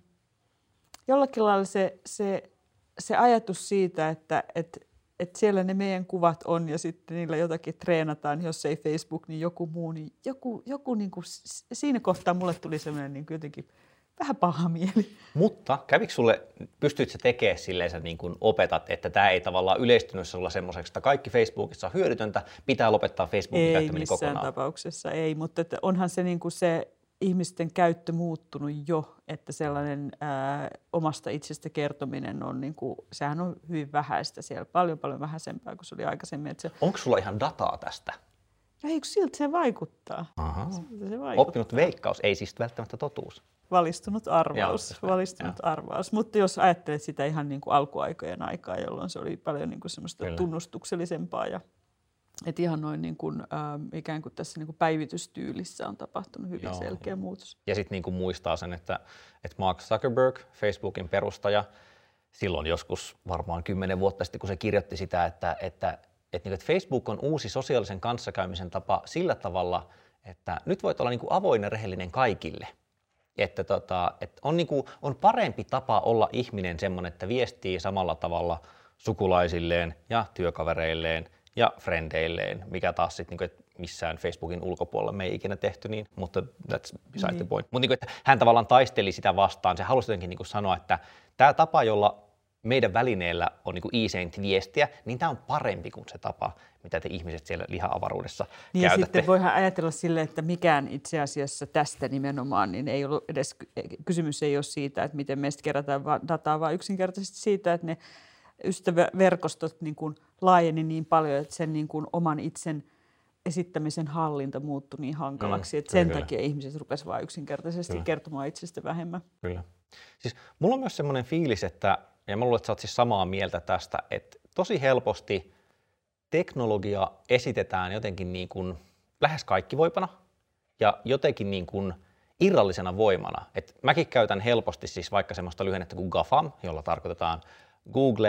jollakin lailla se, se, se ajatus siitä, että et, että siellä ne meidän kuvat on ja sitten niillä jotakin treenataan, jos ei Facebook, niin joku muu. Niin joku, joku niin kuin, siinä kohtaa mulle tuli sellainen niin kuin jotenkin vähän paha mieli. Mutta kävikö sulle, pystyit sä tekemään silleen, sä niin kuin opetat, että tämä ei tavallaan yleistynyt olla semmoiseksi, että kaikki Facebookissa on hyödytöntä, pitää lopettaa Facebookin käyttäminen kokonaan? Ei missään tapauksessa, ei, mutta että onhan se, niin kuin se ihmisten käyttö muuttunut jo, että sellainen ää, omasta itsestä kertominen on, niin kuin, sehän on hyvin vähäistä siellä, paljon paljon vähäisempää kuin se oli aikaisemmin. Että se... Onko sulla ihan dataa tästä? Eikö siltä se vaikuttaa? Aha. Siltä se vaikuttaa. Oppinut veikkaus, ei siis välttämättä totuus. Valistunut arvaus, Joo, valistunut arvaus. Mutta jos ajattelet sitä ihan niin kuin alkuaikojen aikaa, jolloin se oli paljon niin kuin semmoista Kyllä. tunnustuksellisempaa ja että ihan noin niin kuin, ähm, ikään kuin tässä niin kuin päivitystyylissä on tapahtunut hyvin Joo. selkeä muutos. Ja sitten niin kuin muistaa sen, että, että Mark Zuckerberg, Facebookin perustaja, silloin joskus varmaan kymmenen vuotta sitten, kun se kirjoitti sitä, että, että, että, että Facebook on uusi sosiaalisen kanssakäymisen tapa sillä tavalla, että nyt voit olla niin kuin avoin ja rehellinen kaikille. Että, tota, että on, niin kuin, on parempi tapa olla ihminen semmoinen, että viestii samalla tavalla sukulaisilleen ja työkavereilleen ja frendeilleen, mikä taas sitten, niin missään Facebookin ulkopuolella me ei ikinä tehty niin, mutta that's beside niin. the point. Mutta niin että hän tavallaan taisteli sitä vastaan, se halusi jotenkin niin sanoa, että tämä tapa, jolla meidän välineellä on niin easeintä viestiä, niin tämä on parempi kuin se tapa, mitä te ihmiset siellä liha-avaruudessa niin käytätte. Ja sitten voidaan ajatella sille, että mikään itse asiassa tästä nimenomaan, niin ei ollut edes, kysymys ei ole siitä, että miten meistä kerätään dataa, vaan yksinkertaisesti siitä, että ne ystäväverkostot niin kuin laajeni niin paljon, että sen niin kuin oman itsen esittämisen hallinta muuttui niin hankalaksi, mm, että sen kyllä. takia ihmiset rupesivat vain yksinkertaisesti kyllä. kertomaan itsestä vähemmän. Kyllä. Siis mulla on myös semmoinen fiilis, että, ja mä luulen, että sä oot siis samaa mieltä tästä, että tosi helposti teknologia esitetään jotenkin niin kuin lähes kaikkivoipana ja jotenkin niin kuin irrallisena voimana. Et mäkin käytän helposti siis vaikka semmoista lyhennettä kuin GAFAM, jolla tarkoitetaan Google,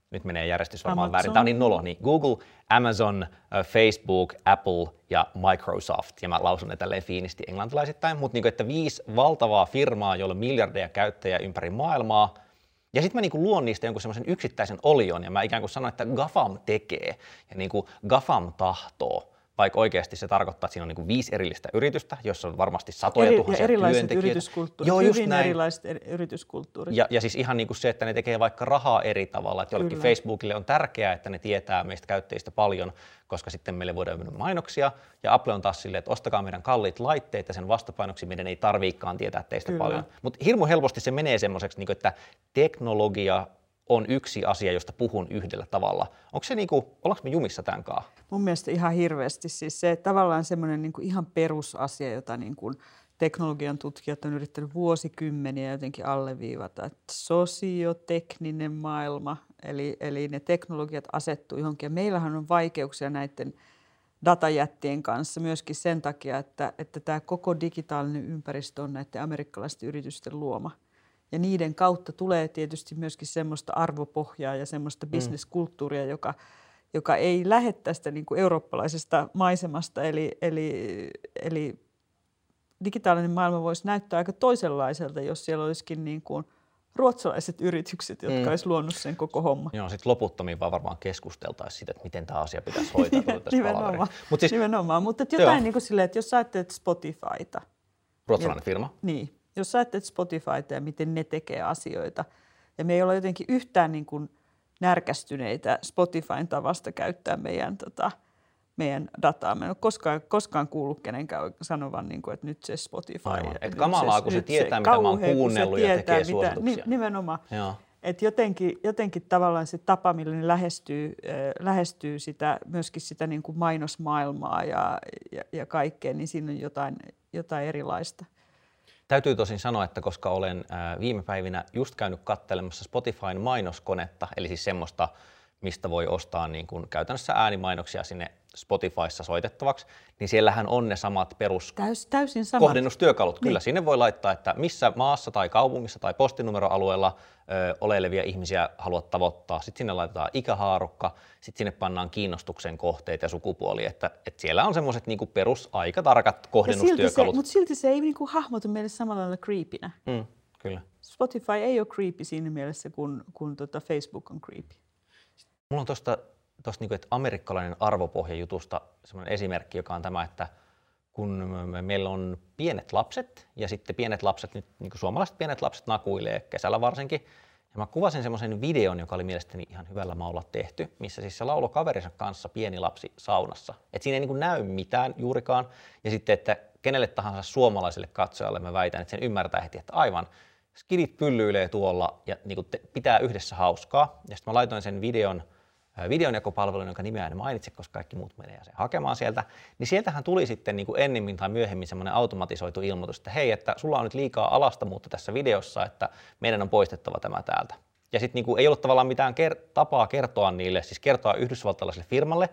nyt menee järjestys varmaan väärin. Tämä on niin nolo, niin Google, Amazon, Facebook, Apple ja Microsoft, ja mä lausun ne tälleen fiinisti englantilaisittain, mutta niin että viisi valtavaa firmaa, joilla on miljardeja käyttäjiä ympäri maailmaa, ja sitten mä niinku luon niistä jonkun semmoisen yksittäisen olion, ja mä ikään kuin sanon, että GAFAM tekee, ja niinku GAFAM tahtoo, vaikka oikeasti se tarkoittaa, että siinä on niinku viisi erillistä yritystä, jossa on varmasti satoja Eri, tuhansia erilaiset työntekijöitä. Yrityskulttuurit, Joo, hyvin näin. erilaiset yrityskulttuurit. Ja, ja siis ihan niin kuin se, että ne tekee vaikka rahaa eri tavalla, että jollekin Kyllä. Facebookille on tärkeää, että ne tietää meistä käyttäjistä paljon, koska sitten meille voidaan myydä mainoksia, ja Apple on taas silleen, että ostakaa meidän kalliit laitteet, ja sen vastapainoksi meidän ei tarviikaan tietää teistä Kyllä. paljon. Mutta hirmu helposti se menee semmoiseksi, että teknologia on yksi asia, josta puhun yhdellä tavalla. Onko se niin kuin, ollaanko me jumissa tämän kanssa? Mun mielestä ihan hirveästi. Siis se tavallaan semmoinen niin kuin ihan perusasia, jota niin kuin teknologian tutkijat on yrittänyt vuosikymmeniä jotenkin alleviivata, että sosiotekninen maailma, eli, eli ne teknologiat asettuu johonkin. Ja meillähän on vaikeuksia näiden datajättien kanssa myöskin sen takia, että, että tämä koko digitaalinen ympäristö on näiden amerikkalaisten yritysten luoma. Ja niiden kautta tulee tietysti myöskin semmoista arvopohjaa ja semmoista bisneskulttuuria, joka, joka ei lähde tästä niin kuin eurooppalaisesta maisemasta. Eli, eli, eli digitaalinen maailma voisi näyttää aika toisenlaiselta, jos siellä olisikin niin kuin ruotsalaiset yritykset, jotka mm. olisi luonut sen koko homma. Joo, sitten loputtomiin vaan varmaan keskusteltaisiin siitä, että miten tämä asia pitäisi hoitaa. Nimenomaan, Mut siis, Nimenomaan. Mutta että jotain niin kuin silleen, että jos sä ajattelet Spotifyta. Ruotsalainen firma. Niin. Jos sä ajattelet Spotifyta ja miten ne tekee asioita, ja me ei olla jotenkin yhtään niin kuin närkästyneitä Spotifyn tavasta käyttää meidän, tota, meidän dataa. Me en ole koskaan, koskaan kuullut kenenkään sanovan, niin kuin, että nyt se Spotify. Että kamalaa, kun se tietää, mitä mä oon kuunnellut ja tekee mitä, suosituksia. Nimenomaan. Että jotenkin, jotenkin tavallaan se tapa, millä ne lähestyy, äh, lähestyy sitä, myöskin sitä niin kuin mainosmaailmaa ja, ja, ja kaikkea, niin siinä on jotain, jotain erilaista. Täytyy tosin sanoa, että koska olen viime päivinä just käynyt katselemassa Spotifyn mainoskonetta, eli siis semmoista, mistä voi ostaa niin kuin käytännössä äänimainoksia sinne Spotifyssa soitettavaksi, niin siellähän on ne samat perus Täys, täysin samat. kohdennustyökalut. Kyllä niin. Sinne voi laittaa, että missä maassa tai kaupungissa tai postinumeroalueella ö, oleilevia ihmisiä haluat tavoittaa. Sitten sinne laitetaan ikähaarukka, sitten sinne pannaan kiinnostuksen kohteet ja sukupuoli, että, että siellä on semmoiset niin kuin perus aika tarkat kohdennustyökalut. Mutta silti se ei niin kuin hahmotu meille samalla lailla creepinä. Mm, kyllä. Spotify ei ole creepy siinä mielessä, kun, kun tota Facebook on creepy. Mulla on tuosta, tuosta niin kuin, että amerikkalainen arvopohjajutusta semmoinen esimerkki, joka on tämä, että kun me, meillä on pienet lapset ja sitten pienet lapset, nyt niin kuin suomalaiset pienet lapset nakuilee kesällä varsinkin. Ja mä kuvasin semmoisen videon, joka oli mielestäni ihan hyvällä maulla tehty, missä siis se lauloi kaverinsa kanssa pieni lapsi saunassa. Et siinä ei niin kuin näy mitään juurikaan. Ja sitten, että kenelle tahansa suomalaiselle katsojalle mä väitän, että sen ymmärtää heti, että aivan skidit pyllyilee tuolla ja niin kuin te, pitää yhdessä hauskaa. Ja sitten mä laitoin sen videon videonjakopalvelun, jonka nimeä en mainitse, koska kaikki muut menee sen hakemaan sieltä, niin sieltähän tuli sitten niin kuin ennemmin tai myöhemmin semmoinen automatisoitu ilmoitus, että hei, että sulla on nyt liikaa alastomuutta tässä videossa, että meidän on poistettava tämä täältä. Ja sitten niin kuin ei ollut tavallaan mitään ker- tapaa kertoa niille, siis kertoa yhdysvaltalaiselle firmalle,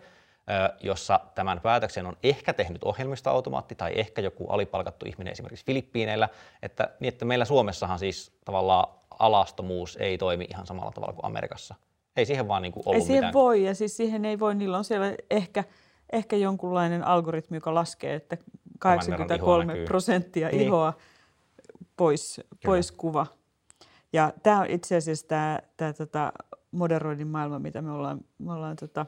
jossa tämän päätöksen on ehkä tehnyt ohjelmistoautomaatti tai ehkä joku alipalkattu ihminen esimerkiksi Filippiineillä, että, niin että meillä Suomessahan siis tavallaan alastomuus ei toimi ihan samalla tavalla kuin Amerikassa. Ei siihen vaan niin kuin ollut ei siihen mitään. voi, ja siis siihen ei voi, niillä on siellä ehkä, ehkä jonkunlainen algoritmi, joka laskee, että kahdeksankymmentäkolme prosenttia ihoa niin. pois, pois kuva. Ja tämä on itse asiassa tämä, tämä tota moderoinnin maailma, mitä me ollaan, me ollaan tota,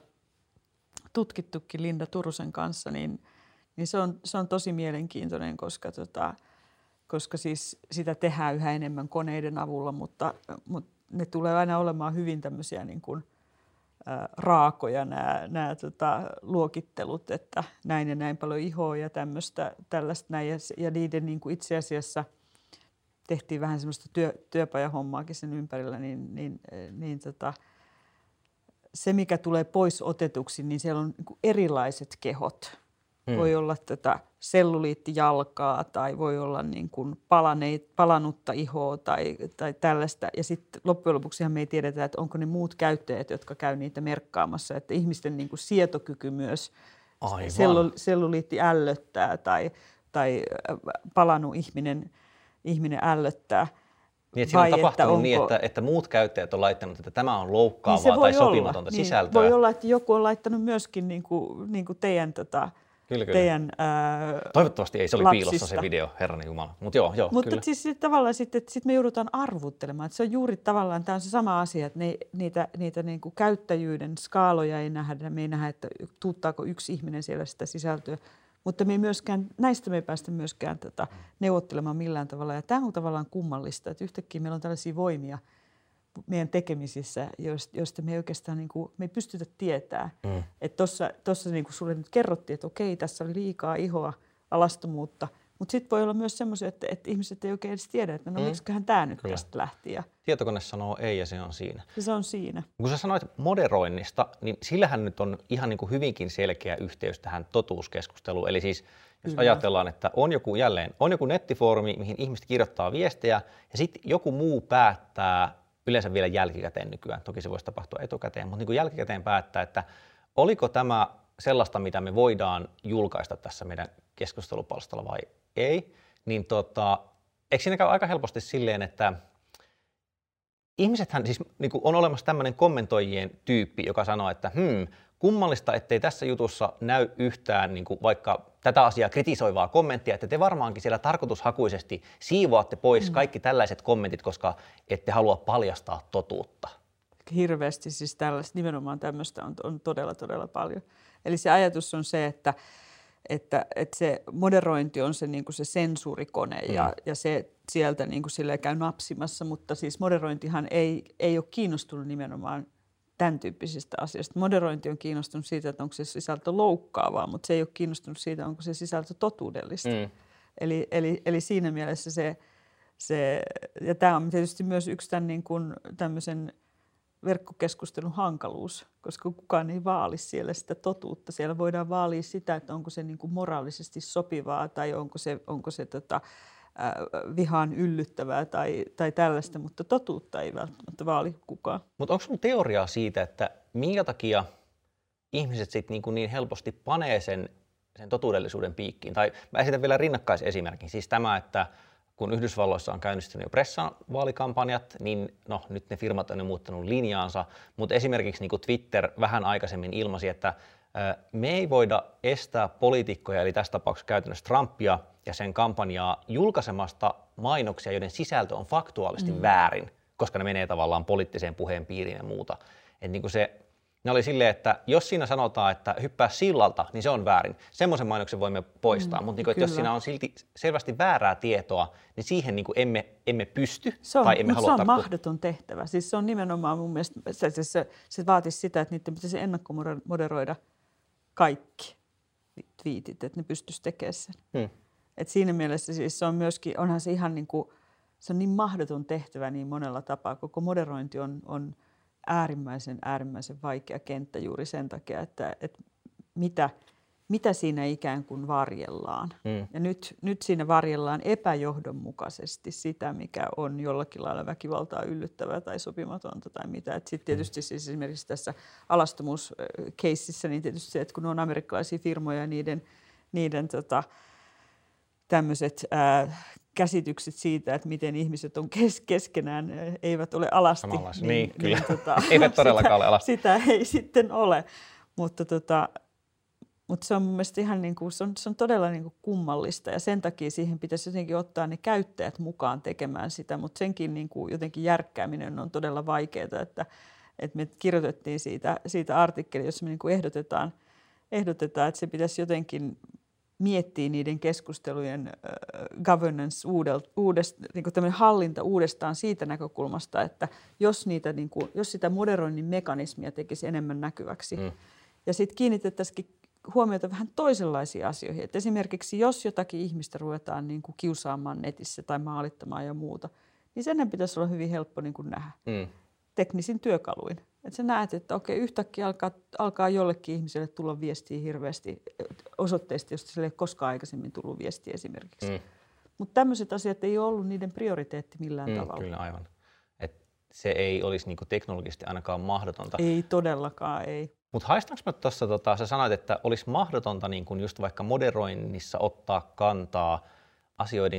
tutkittukin Linda Turusen kanssa, niin, niin se, on, se on tosi mielenkiintoinen, koska, tota, koska siis sitä tehdään yhä enemmän koneiden avulla, mutta, mutta ne tulee aina olemaan hyvin tämmöisiä niin kuin, ä, raakoja nämä, nämä tota, luokittelut, että näin ja näin paljon ihoa ja tämmöistä, tällaista näin. Ja, ja niiden niin kuin itse asiassa tehtiin vähän semmoista työ, työpajahommaakin sen ympärillä, niin, niin, niin tota, se mikä tulee pois otetuksi, niin siellä on niin kuin erilaiset kehot. Hmm. Voi olla tätä selluliittijalkaa tai voi olla niin kuin palaneit, palanutta ihoa tai, tai tällaista. Ja sitten loppujen lopuksihan me ei tiedetä, että onko ne muut käyttäjät, jotka käy niitä merkkaamassa. Että ihmisten niin kuin sietokyky myös sellu, selluliitti ällöttää tai, tai palannut ihminen, ihminen ällöttää. Niin, että siinä vai on tapahtunut onko... niin, että, että muut käyttäjät on laittanut, että tämä on loukkaavaa niin tai sopimatonta niin, sisältöä. Voi olla, että joku on laittanut myöskin niin kuin, niin kuin teidän, tota, kyllä, kyllä. teidän ää, toivottavasti ei, se oli lapsista. Piilossa se video, herran jumala. Mut joo, joo, Mutta kyllä. siis sit, tavallaan sitten, että sit me joudutaan arvuttelemaan. Että se on juuri tavallaan, tämä on se sama asia, että ne, niitä, niitä niin kuin käyttäjyyden skaaloja ei nähdä. Me ei nähdä, että tuuttaako yksi ihminen siellä sitä sisältöä. Mutta me ei myöskään, näistä me ei päästä myöskään tota, neuvottelemaan millään tavalla. Ja tämä on tavallaan kummallista, että yhtäkkiä meillä on tällaisia voimia meidän tekemisissä, joista me ei oikeastaan niin kuin, me ei pystytä tietää. Mm. Että tuossa niin kuin sulle nyt kerrottiin, että okei, tässä oli liikaa ihoa, alastomuutta. Mutta sitten voi olla myös semmoisia, että, että ihmiset ei oikein edes tiedä, että no mm. miksiköhän tämä nyt Kyllä. tästä lähti. Ja tietokone sanoo ei ja se on siinä. Ja se on siinä. Kun sä sanoit moderoinnista, niin sillähän nyt on ihan niin kuin hyvinkin selkeä yhteys tähän totuuskeskusteluun. Eli siis jos Kyllä. ajatellaan, että on joku jälleen, on joku nettifoorumi, mihin ihmiset kirjoittaa viestejä ja sitten joku muu päättää, yleensä vielä jälkikäteen nykyään, toki se voisi tapahtua etukäteen, mutta niin kuin jälkikäteen päättää, että oliko tämä sellaista, mitä me voidaan julkaista tässä meidän keskustelupalstalla vai ei, niin tota, eikö siinä käy aika helposti silleen, että ihmisethän siis niin kuin on olemassa tämmöinen kommentoijien tyyppi, joka sanoo, että hmm, kummallista, ettei tässä jutussa näy yhtään niin kuin vaikka tätä asiaa kritisoivaa kommenttia, että te varmaankin siellä tarkoitushakuisesti siivoatte pois mm. kaikki tällaiset kommentit, koska ette halua paljastaa totuutta. Hirveästi siis tällaista, nimenomaan tämmöistä on, on todella, todella paljon. Eli se ajatus on se, että, että, että se moderointi on se, niin kuin se sensuurikone mm. ja, ja se sieltä niin kuin silleen käy napsimassa, mutta siis moderointihan ei, ei ole kiinnostunut nimenomaan tämän tyyppisistä asioista. Moderointi on kiinnostunut siitä, että onko se sisältö loukkaavaa, mutta se ei ole kiinnostunut siitä, onko se sisältö totuudellista. Mm. Eli, eli, eli siinä mielessä se, se, ja tämä on tietysti myös yksi tämän niin kuin tämmöisen verkkokeskustelun hankaluus, koska kukaan ei vaali siellä sitä totuutta. Siellä voidaan vaalia sitä, että onko se niin kuin moraalisesti sopivaa tai onko se, onko se tota, äh, vihaan yllyttävää tai, tai tällaista, mutta totuutta ei välttämättä vaali kukaan. Mutta onko sinulla teoriaa siitä, että minkä takia ihmiset sit niin, niin helposti panee sen, sen totuudellisuuden piikkiin? Tai mä esitän vielä rinnakkaisesimerkin, siis tämä, että kun Yhdysvalloissa on käynnistynyt jo pressavaalikampanjat, niin no, nyt ne firmat on jo muuttanut linjaansa, mutta esimerkiksi niin kuin Twitter vähän aikaisemmin ilmaisi, että ä, me ei voida estää poliitikkoja, eli tässä tapauksessa käytännössä Trumpia ja sen kampanjaa julkaisemasta mainoksia, joiden sisältö on faktuaalisesti mm. väärin, koska ne menee tavallaan poliittiseen puheen piiriin ja muuta. Et niin kuin se, ne oli silleen, että jos siinä sanotaan, että hyppää sillalta, niin se on väärin. Semmoisen mainoksen voimme poistaa, mm, mutta niin kuin, jos siinä on silti selvästi väärää tietoa, niin siihen niin kuin emme, emme pysty se on, tai emme halua se on tarttua. mahdoton tehtävä. Siis se on nimenomaan mun mielestä, se, se, se, se vaatisi sitä, että niiden pitäisi ennakkomoderoida kaikki twiitit, että ne pystyisi tekemään sen. Hmm. Et siinä mielessä siis se on myöskin, onhan se ihan niin kuin, se on niin mahdoton tehtävä niin monella tapaa. Koko moderointi on, on äärimmäisen, äärimmäisen vaikea kenttä juuri sen takia, että, että mitä, mitä siinä ikään kuin varjellaan. Mm. Ja nyt, nyt siinä varjellaan epäjohdonmukaisesti sitä, mikä on jollakin lailla väkivaltaa yllyttävää tai sopimatonta tai mitä. Sitten tietysti siis esimerkiksi tässä alastomuuskeississä, niin tietysti se, että kun on amerikkalaisia firmoja ja niiden, niiden tota, tämmöiset ää, käsitykset siitä, että miten ihmiset on kes- keskenään, eivät ole alasti. Niin, niin, kyllä. Niin, tota, eivät todellakaan sitä, ole alasti. Sitä ei sitten ole, mutta, tota, mutta se on mun mielestä ihan niin kuin, se on, se on todella niin kuin kummallista ja sen takia siihen pitäisi jotenkin ottaa ne käyttäjät mukaan tekemään sitä, mutta senkin niin kuin jotenkin järkkääminen on todella vaikeaa, että, että me kirjoitettiin siitä, siitä artikkeli, jossa me niin kuin ehdotetaan, ehdotetaan, että se pitäisi jotenkin miettii niiden keskustelujen uh, governance uudelt, uudest, niin kuin tämmöinen hallinta uudestaan siitä näkökulmasta, että jos, niitä, niin kuin, jos sitä moderoinnin mekanismia tekisi enemmän näkyväksi. Mm. Ja sitten kiinnitettäisiin huomiota vähän toisenlaisiin asioihin. Et esimerkiksi jos jotakin ihmistä ruvetaan niin kuin kiusaamaan netissä tai maalittamaan ja muuta, niin sen pitäisi olla hyvin helppo niin kuin nähdä mm. teknisin työkaluin. Että sä näet, että okei, yhtäkkiä alkaa, alkaa jollekin ihmiselle tulla viestiä hirveästi osoitteista, josta sille ei koskaan aikaisemmin tullut viestiä esimerkiksi. Mm. Mutta tämmöiset asiat ei ole ollut niiden prioriteetti millään mm, tavalla. Kyllä, aivan. Et se ei olisi niinku teknologisesti ainakaan mahdotonta. Ei todellakaan, ei. Mutta haistaanko mä tuossa, tota, sä sanoit, että olisi mahdotonta niin kun just vaikka moderoinnissa ottaa kantaa asioiden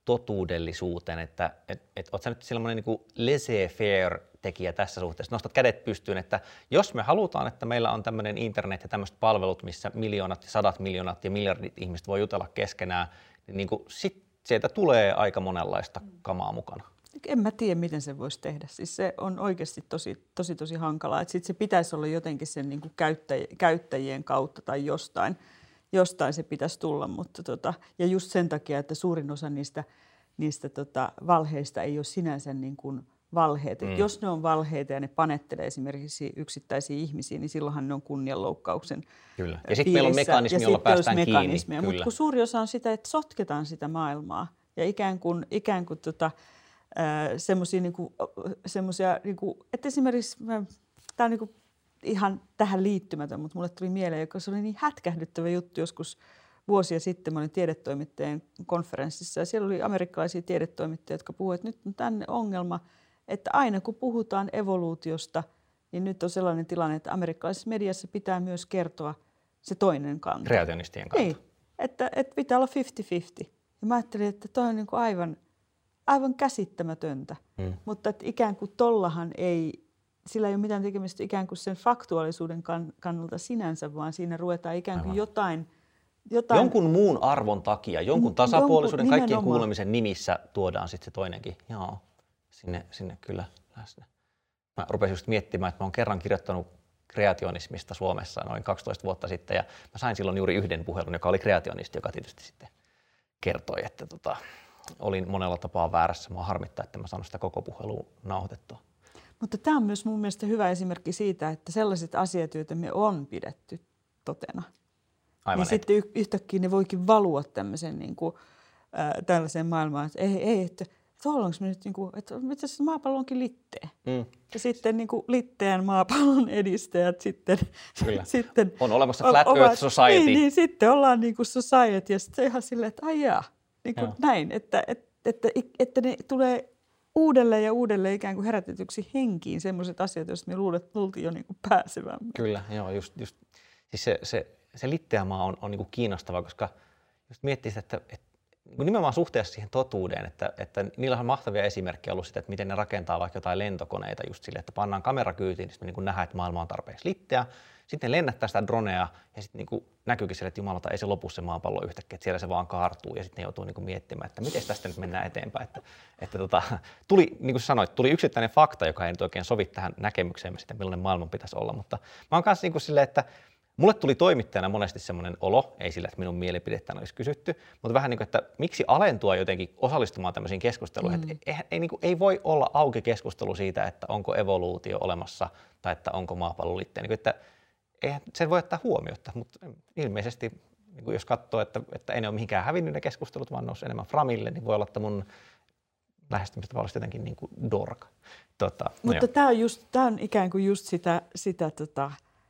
totuudellisuuteen, että et, et, oot sä nyt sellainen niin kuin laissez-faire tekijä tässä suhteessa, nostat kädet pystyyn, että jos me halutaan, että meillä on tämmöinen internet ja tämmöiset palvelut, missä miljoonat ja sadat miljoonat ja miljardit ihmiset voi jutella keskenään, niin, niin kuin sit sieltä tulee aika monenlaista kamaa mukana. En mä tiedä, miten se voisi tehdä. Siis se on oikeasti tosi, tosi, tosi hankalaa. Sitten se pitäisi olla jotenkin sen niin kuin käyttäj- käyttäjien kautta tai jostain, jostain se pitäisi tulla. Mutta tota, ja just sen takia, että suurin osa niistä, niistä tota, valheista ei ole sinänsä niin kuin valheet. Mm. Jos ne on valheita ja ne panettelee esimerkiksi yksittäisiä ihmisiä, niin silloinhan ne on kunnianloukkauksen Kyllä. Ja sitten meillä on mekanismi, jolla päästään kiinni. Mutta kun suuri osa on sitä, että sotketaan sitä maailmaa ja ikään kuin, ikään kuin tota, semmoisia, niinku, semmoisia niinku, että esimerkiksi, tämä on niinku ihan tähän liittymätön, mutta mulle tuli mieleen, joka se oli niin hätkähdyttävä juttu joskus vuosia sitten. Mä olin tiedetoimittajien konferenssissa ja siellä oli amerikkalaisia tiedetoimittajia, jotka puhuivat, että nyt on tänne ongelma, että aina kun puhutaan evoluutiosta, niin nyt on sellainen tilanne, että amerikkalaisessa mediassa pitää myös kertoa se toinen kanta. Kreationistien kanta. Niin, että, että pitää olla viisikymmentä viisikymmentä. Ja mä ajattelin, että toi on niin kuin aivan, aivan käsittämätöntä, hmm. mutta että ikään kuin tollahan ei, sillä ei ole mitään tekemistä ikään kuin sen faktuaalisuuden kan, kannalta sinänsä, vaan siinä ruvetaan ikään kuin jotain, jotain... Jonkun muun arvon takia, jonkun tasapuolisuuden, jonkun, kaikkien kuulemisen nimissä tuodaan sitten se toinenkin. Joo. Sinne, sinne kyllä läsnä. Mä rupesin just miettimään, että mä oon kerran kirjoittanut kreationismista Suomessa noin kaksitoista vuotta sitten, ja mä sain silloin juuri yhden puhelun, joka oli kreationisti, joka tietysti sitten kertoi, että tota, olin monella tapaa väärässä. Mä harmittaa, että mä saanut sitä koko puhelua nauhoitettua. Mutta tämä on myös mun mielestä hyvä esimerkki siitä, että sellaiset asiat, joita me on pidetty totena, Aivan niin sitten y- yhtäkkiä ne voikin valua tämmöisen, niin kuin, äh, tällaiseen maailmaan, että ei, ei että ollaanko me nyt, niin kuin, että itse asiassa maapallo onkin litteä. Mm. Ja sitten niin kuin litteän maapallon edistäjät sitten... sitten on olemassa Flat ovat, Earth Society. Niin, niin, sitten ollaan niin kuin society ja sitten ihan silleen, että ai jaa, niin kuin näin, että, että, että, että ne tulee uudelleen ja uudelleen ikään kuin herätetyksi henkiin sellaiset asiat, joista me luulet, luultiin jo niin kuin pääsevämme. Kyllä, joo, just, just. Siis se, se, se litteä maa on, on niin kuin kiinnostava, koska just miettii sitä, että, että nimenomaan suhteessa siihen totuuteen, että, että niillä on mahtavia esimerkkejä ollut sitä, että miten ne rakentaa vaikka jotain lentokoneita just sille, että pannaan kamera kyytiin, niin sitten me niin nähdään, että maailma on tarpeeksi litteä. Sitten ne lennättää sitä dronea ja sitten niin näkyykin sille, että jumalata ei se lopu se maapallo yhtäkkiä, että siellä se vaan kaartuu ja sitten ne joutuu niin miettimään, että miten tästä nyt mennään eteenpäin. Että, että tota, tuli, niin kuin sanoit, tuli yksittäinen fakta, joka ei nyt oikein sovi tähän näkemykseemme siitä, millainen maailman pitäisi olla, mutta mä oon kanssa niin kuin silleen, että mulle tuli toimittajana monesti semmoinen olo, ei sillä, että minun mielipidettäni olisi kysytty, mutta vähän niin kuin, että miksi alentua jotenkin osallistumaan tämmöisiin keskusteluihin. Mm. Että ei, ei, niin kuin, ei voi olla auki keskustelu siitä, että onko evoluutio olemassa tai että onko maapallo litteä. Niin että eihän sen voi ottaa huomiota, mutta ilmeisesti niin kuin jos katsoo, että, että ei ne ole mihinkään hävinnyt ne keskustelut, vaan noussut enemmän framille, niin voi olla, että mun lähestymistä olisi jotenkin niin kuin dorka. Tota, mutta no tämä on, just, tämä on ikään kuin just sitä... sitä tota...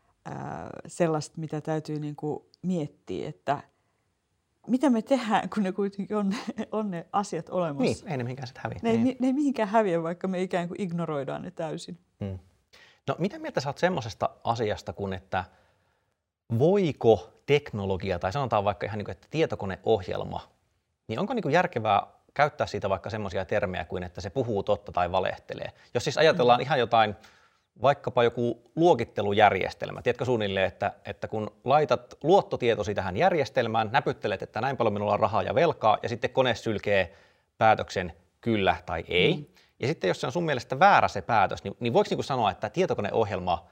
Äh, sellaista, mitä täytyy niin kuin miettiä, että mitä me tehdään, kun ne kuitenkin on, on ne asiat olemassa. Niin, ei ne mihinkään sitä häviä. Ne ei, ne ei mihinkään häviä, vaikka me ikään kuin ignoroidaan ne täysin. Hmm. No mitä mieltä sä oot semmoisesta asiasta, kun että voiko teknologia, tai sanotaan vaikka ihan niin kuin, että tietokoneohjelma, niin onko niin kuin järkevää käyttää siitä vaikka semmoisia termejä kuin, että se puhuu totta tai valehtelee? Jos siis ajatellaan hmm. ihan jotain, vaikkapa joku luokittelujärjestelmä. Tiedätkö suunnilleen, että, että kun laitat luottotietosi tähän järjestelmään, näpyttelet, että näin paljon minulla on rahaa ja velkaa, ja sitten kone sylkee päätöksen kyllä tai ei. Mm. Ja sitten jos se on sun mielestä väärä se päätös, niin, niin voiko niin kuin sanoa, että tietokoneohjelma,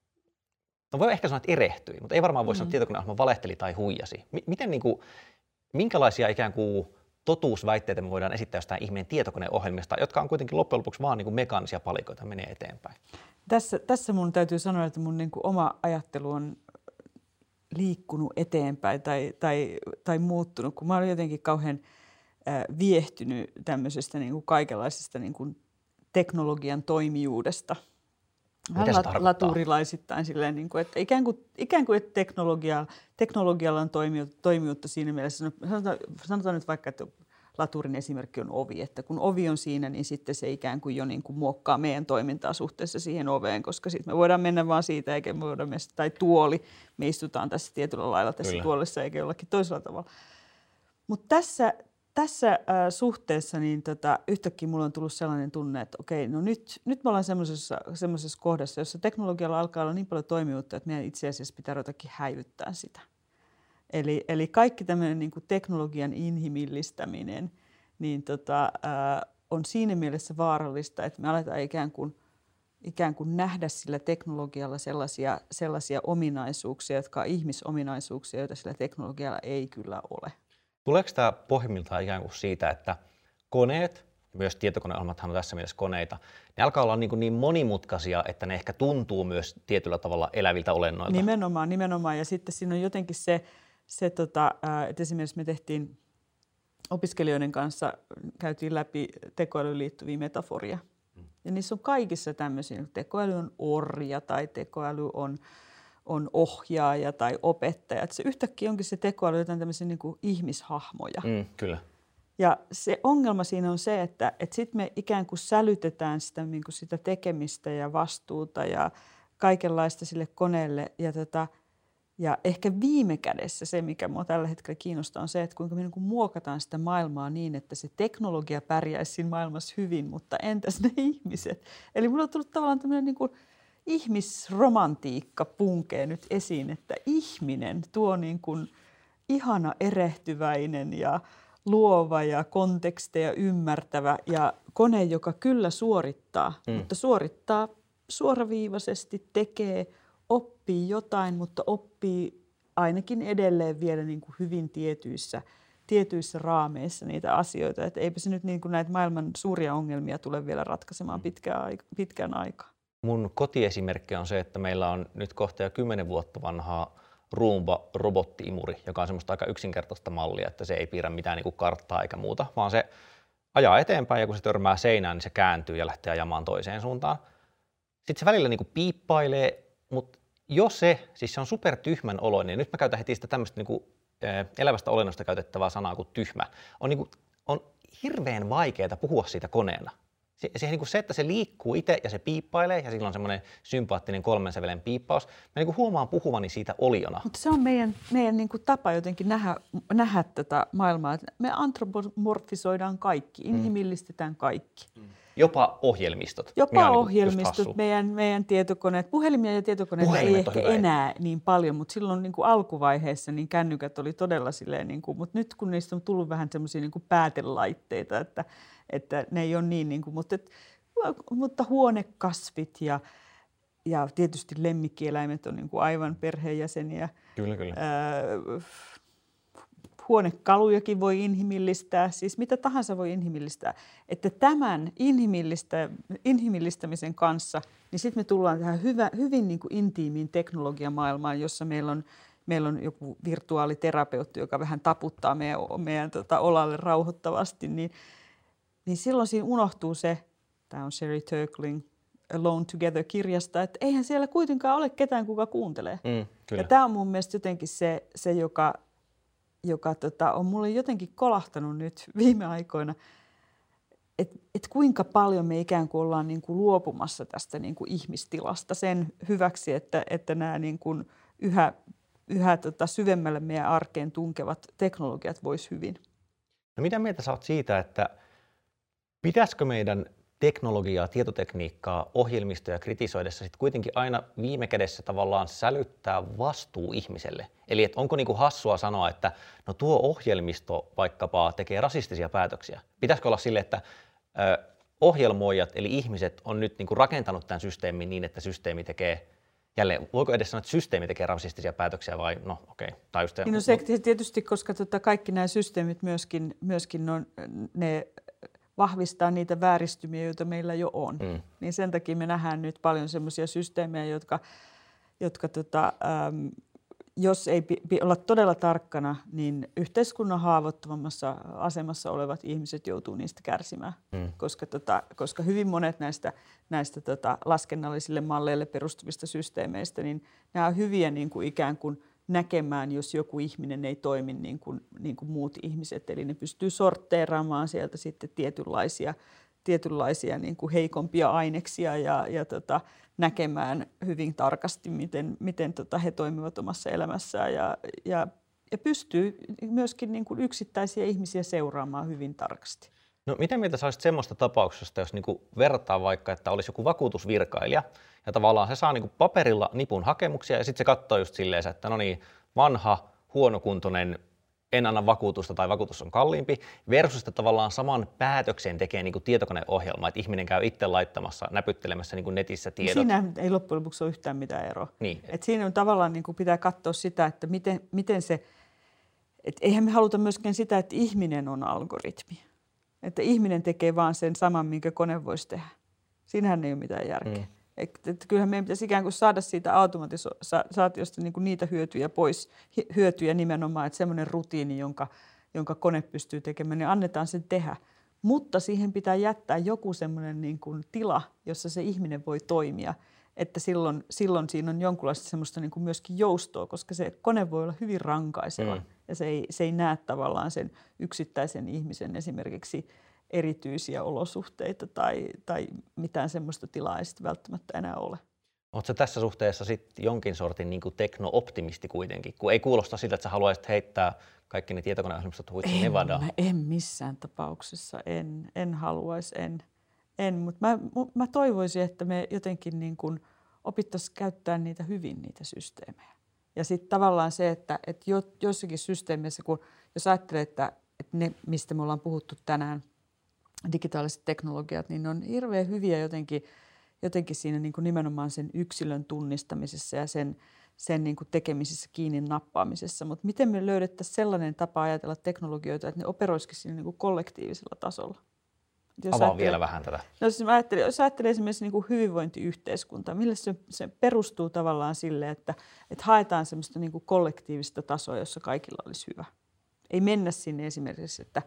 no voi ehkä sanoa, että erehtyi, mutta ei varmaan voi mm. sanoa, että tietokoneohjelma valehteli tai huijasi. M- miten niin kuin, minkälaisia ikään kuin totuusväitteitä me voidaan esittää jostain ihmeen tietokoneohjelmista, jotka on kuitenkin loppujen lopuksi vaan niin kuin mekaanisia palikoita, menee eteenpäin? Tässä, tässä mun täytyy sanoa, että mun niin kuin oma ajattelu on liikkunut eteenpäin tai, tai, tai muuttunut, kun mä olen jotenkin kauhean äh, viehtynyt tämmöisestä niin kuin kaikenlaisesta niin kuin teknologian toimijuudesta. Mitä se tarkoittaa? Laturilaisittain silleen, niin kuin, että ikään kuin, ikään kuin että teknologia, teknologialla on toimijuutta siinä mielessä. Sanotaan, sanotaan nyt vaikka, että laturin esimerkki on ovi, että kun ovi on siinä, niin sitten se ikään kuin jo niin kuin muokkaa meidän toimintaa suhteessa siihen oveen, koska sitten me voidaan mennä vaan siitä, eikä me voida mennä, tai tuoli, me istutaan tässä tietyllä lailla tässä Kyllä. tuolissa, eikä jollakin toisella tavalla. Mutta tässä, tässä äh, suhteessa niin tota, yhtäkkiä mulla on tullut sellainen tunne, että okei, no nyt, nyt me ollaan semmoisessa, semmoisessa kohdassa, jossa teknologialla alkaa olla niin paljon toimivuutta, että meidän itse asiassa pitää ruvetakin häivyttää sitä. Eli, eli kaikki tämmöinen niin kuin teknologian inhimillistäminen niin tota, äh, on siinä mielessä vaarallista, että me aletaan ikään kuin, ikään kuin nähdä sillä teknologialla sellaisia, sellaisia ominaisuuksia, jotka on ihmisominaisuuksia, joita sillä teknologialla ei kyllä ole. Tuleeko tämä pohjimmiltaan ikään kuin siitä, että koneet, myös tietokoneohjelmathan on tässä mielessä koneita, ne alkaa olla niin, niin monimutkaisia, että ne ehkä tuntuu myös tietyllä tavalla eläviltä olennoilta? Nimenomaan, nimenomaan. Ja sitten siinä on jotenkin se, se tota, että esimerkiksi me tehtiin opiskelijoiden kanssa, käytiin läpi tekoälyyn liittyviä metaforia. Hmm. Ja niissä on kaikissa tämmöisiä, tekoäly on orja tai tekoäly on on ohjaaja tai opettaja. Että se yhtäkkiä onkin se tekoäly jotain tämmöisiä niin kuin ihmishahmoja. Mm, kyllä. Ja se ongelma siinä on se, että, että sitten me ikään kuin sälytetään sitä, niin kuin sitä tekemistä ja vastuuta ja kaikenlaista sille koneelle. Ja, tota, ja ehkä viime kädessä se, mikä minua tällä hetkellä kiinnostaa, on se, että kuinka me niin kuin muokataan sitä maailmaa niin, että se teknologia pärjäisi siinä maailmassa hyvin, mutta entäs ne ihmiset? Eli minulla on tullut tavallaan tämmöinen niin kuin ihmisromantiikka punkee nyt esiin, että ihminen, tuo niin kuin ihana erehtyväinen ja luova ja konteksteja ymmärtävä ja kone, joka kyllä suorittaa, mm. mutta suorittaa suoraviivaisesti, tekee, oppii jotain, mutta oppii ainakin edelleen vielä niin kuin hyvin tietyissä, tietyissä raameissa niitä asioita. Että eipä se nyt niin kuin näitä maailman suuria ongelmia tule vielä ratkaisemaan pitkään, pitkään aikaa. Mun kotiesimerkki on se, että meillä on nyt kohta jo kymmenen vuotta vanhaa Roomba-robottiimuri, joka on semmoista aika yksinkertaista mallia, että se ei piirrä mitään niin kuin karttaa eikä muuta, vaan se ajaa eteenpäin ja kun se törmää seinään, niin se kääntyy ja lähtee ajamaan toiseen suuntaan. Sitten se välillä niin kuin piippailee, mutta jos se, siis se on supertyhmän oloinen, nyt mä käytän heti sitä tämmöistä niin kuin elävästä olennosta käytettävää sanaa kuin tyhmä, on, niin kuin, on hirveän vaikeaa puhua siitä koneena. Se, se, niin kuin se, että se liikkuu itse ja se piippailee ja sillä on semmoinen sympaattinen kolmen sävelen piippaus. Mä niin kuin huomaan puhuvani siitä oliona. Mutta se on meidän, meidän niin kuin tapa jotenkin nähdä, nähdä tätä maailmaa. Me antropomorfisoidaan kaikki, inhimillistetään kaikki. Mm. Jopa ohjelmistot. Jopa ohjelmistot, meidän, meidän tietokoneet, puhelimia ja tietokoneita Puhelimet ei ehkä enää niin paljon, mutta silloin niin kuin alkuvaiheessa niin kännykät oli todella silleen, niin kuin, mutta nyt kun niistä on tullut vähän semmoisia niin kuin päätelaitteita, että, että ne ei ole niin, niin kuin, mutta, et, mutta huonekasvit ja, ja tietysti lemmikkieläimet on niin kuin aivan perheenjäseniä. Kyllä, kyllä. Ää, Huonekalujakin voi inhimillistää, siis mitä tahansa voi inhimillistää. Että tämän inhimillistä, inhimillistämisen kanssa, niin sitten me tullaan tähän hyvä, hyvin niin kuin intiimiin teknologiamaailmaan, jossa meillä on, meillä on joku virtuaaliterapeutti, joka vähän taputtaa meidän, meidän tota, olalle rauhoittavasti, niin, niin silloin siinä unohtuu se, tämä on Sherry Turkling Alone Together-kirjasta, että eihän siellä kuitenkaan ole ketään, kuka kuuntelee. Mm, ja tämä on mun mielestä jotenkin se, se joka... joka tota, on mulle jotenkin kolahtanut nyt viime aikoina, että et kuinka paljon me ikään kuin ollaan niin kuin luopumassa tästä niin kuin ihmistilasta sen hyväksi, että, että nämä niin kuin yhä, yhä tota syvemmälle meidän arkeen tunkevat teknologiat vois hyvin. No mitä mieltä sä oot siitä, että pitäisikö meidän teknologiaa, tietotekniikkaa, ohjelmistoja kritisoidessa sitten kuitenkin aina viime kädessä tavallaan sälyttää vastuu ihmiselle. Eli että onko niinku hassua sanoa, että no tuo ohjelmisto vaikkapa tekee rasistisia päätöksiä. Pitäisikö olla sille, että ö, ohjelmoijat eli ihmiset on nyt niinku rakentanut tämän systeemin niin, että systeemi tekee, jälleen voiko edes sanoa, että systeemi tekee rasistisia päätöksiä vai no okei. Okay, just, niin no se tietysti, koska tota kaikki nämä systeemit myöskin, myöskin on, ne vahvistaa niitä vääristymiä, joita meillä jo on. Mm. Niin sen takia me nähdään nyt paljon semmoisia systeemejä, jotka, jotka tota, äm, jos ei pi- pi- olla todella tarkkana, niin yhteiskunnan haavoittuvammassa asemassa olevat ihmiset joutuu niistä kärsimään. Mm. Koska, tota, koska hyvin monet näistä, näistä tota, laskennallisille malleille perustuvista systeemeistä, niin nämä on hyviä niin kuin ikään kuin näkemään, jos joku ihminen ei toimi niin kuin, niin kuin muut ihmiset. Eli ne pystyy sortteeraamaan sieltä sitten tietynlaisia, tietynlaisia niin kuin heikompia aineksia ja, ja tota, näkemään hyvin tarkasti, miten, miten tota he toimivat omassa elämässään. Ja, ja ja pystyy myöskin niin kuin yksittäisiä ihmisiä seuraamaan hyvin tarkasti. No miten mieltä sä olisit semmoista tapauksesta, jos niinku vertaa vaikka, että olisi joku vakuutusvirkailija ja tavallaan se saa niinku paperilla nipun hakemuksia ja sitten se katsoo just silleen, että no niin, vanha, huonokuntoinen, en anna vakuutusta tai vakuutus on kalliimpi, versus että tavallaan saman päätöksen tekee niinku tietokoneohjelma, että ihminen käy itse laittamassa, näpyttelemässä niinku netissä tiedot. Siinä ei loppujen lopuksi ole yhtään mitään eroa. Niin. Et siinä on tavallaan niin kuin pitää katsoa sitä, että miten, miten se, että eihän me haluta myöskään sitä, että ihminen on algoritmi. Että ihminen tekee vaan sen saman, minkä kone voisi tehdä. Siinähän ei ole mitään järkeä. Mm. Että, että kyllähän meidän pitäisi ikään kuin saada siitä automatisaatiosta niin kuin niitä hyötyjä pois, hyötyjä nimenomaan, että semmoinen rutiini, jonka, jonka kone pystyy tekemään, niin annetaan sen tehdä. Mutta siihen pitää jättää joku semmoinen niin kuin tila, jossa se ihminen voi toimia, että silloin, silloin siinä on jonkunlaista semmoista niin kuin myöskin joustoa, koska se kone voi olla hyvin rankaiseva mm. ja se ei, se ei näe tavallaan sen yksittäisen ihmisen esimerkiksi erityisiä olosuhteita tai, tai mitään semmoista tilaa ei sitten välttämättä enää ole. Oletko tässä suhteessa sitten jonkin sortin niin kuin tekno-optimisti kuitenkin, kun ei kuulosta siltä, että sä haluaisit heittää kaikki ne tietokoneohjelmistot huitsin Nevadaan? Mä en missään tapauksessa, en, en haluaisi, en, en. mutta mä, mä toivoisin, että me jotenkin niin kuin opittaisiin käyttää niitä hyvin, niitä systeemejä. Ja sitten tavallaan se, että, että jo, jossakin systeemissä, kun jos ajattelee, että, että ne, mistä me ollaan puhuttu tänään, digitaaliset teknologiat, niin ne on hirveän hyviä jotenkin, jotenkin siinä niin kuin nimenomaan sen yksilön tunnistamisessa ja sen, sen niin kuin tekemisessä kiinni nappaamisessa. Mutta miten me löydettäisiin sellainen tapa ajatella teknologioita, että ne operoisikin siinä niin kuin kollektiivisella tasolla? Jos Avaa vielä vähän tätä. No, siis ajattelen, jos ajattelee esimerkiksi niin kuin hyvinvointiyhteiskuntaa, millä se, se perustuu tavallaan sille, että, että haetaan semmoista niin kuin kollektiivista tasoa, jossa kaikilla olisi hyvä. Ei mennä sinne esimerkiksi, että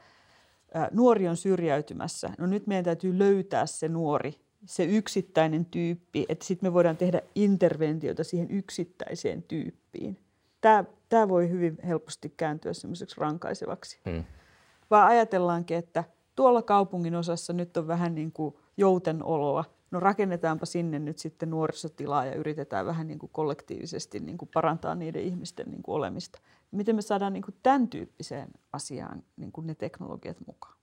nuori on syrjäytymässä. No nyt meidän täytyy löytää se nuori, se yksittäinen tyyppi, että sitten me voidaan tehdä interventioita siihen yksittäiseen tyyppiin. Tämä, tämä voi hyvin helposti kääntyä semmoiseksi rankaisevaksi. Hmm. Vaan ajatellaankin, että tuolla kaupungin osassa nyt on vähän niin kuin joutenoloa. No rakennetaanpa sinne nyt sitten nuorisotilaa ja yritetään vähän niin kuin kollektiivisesti niin kuin parantaa niiden ihmisten niin kuin olemista. Miten me saadaan niin kuin tämän tyyppiseen asiaan niin kuin ne teknologiat mukaan?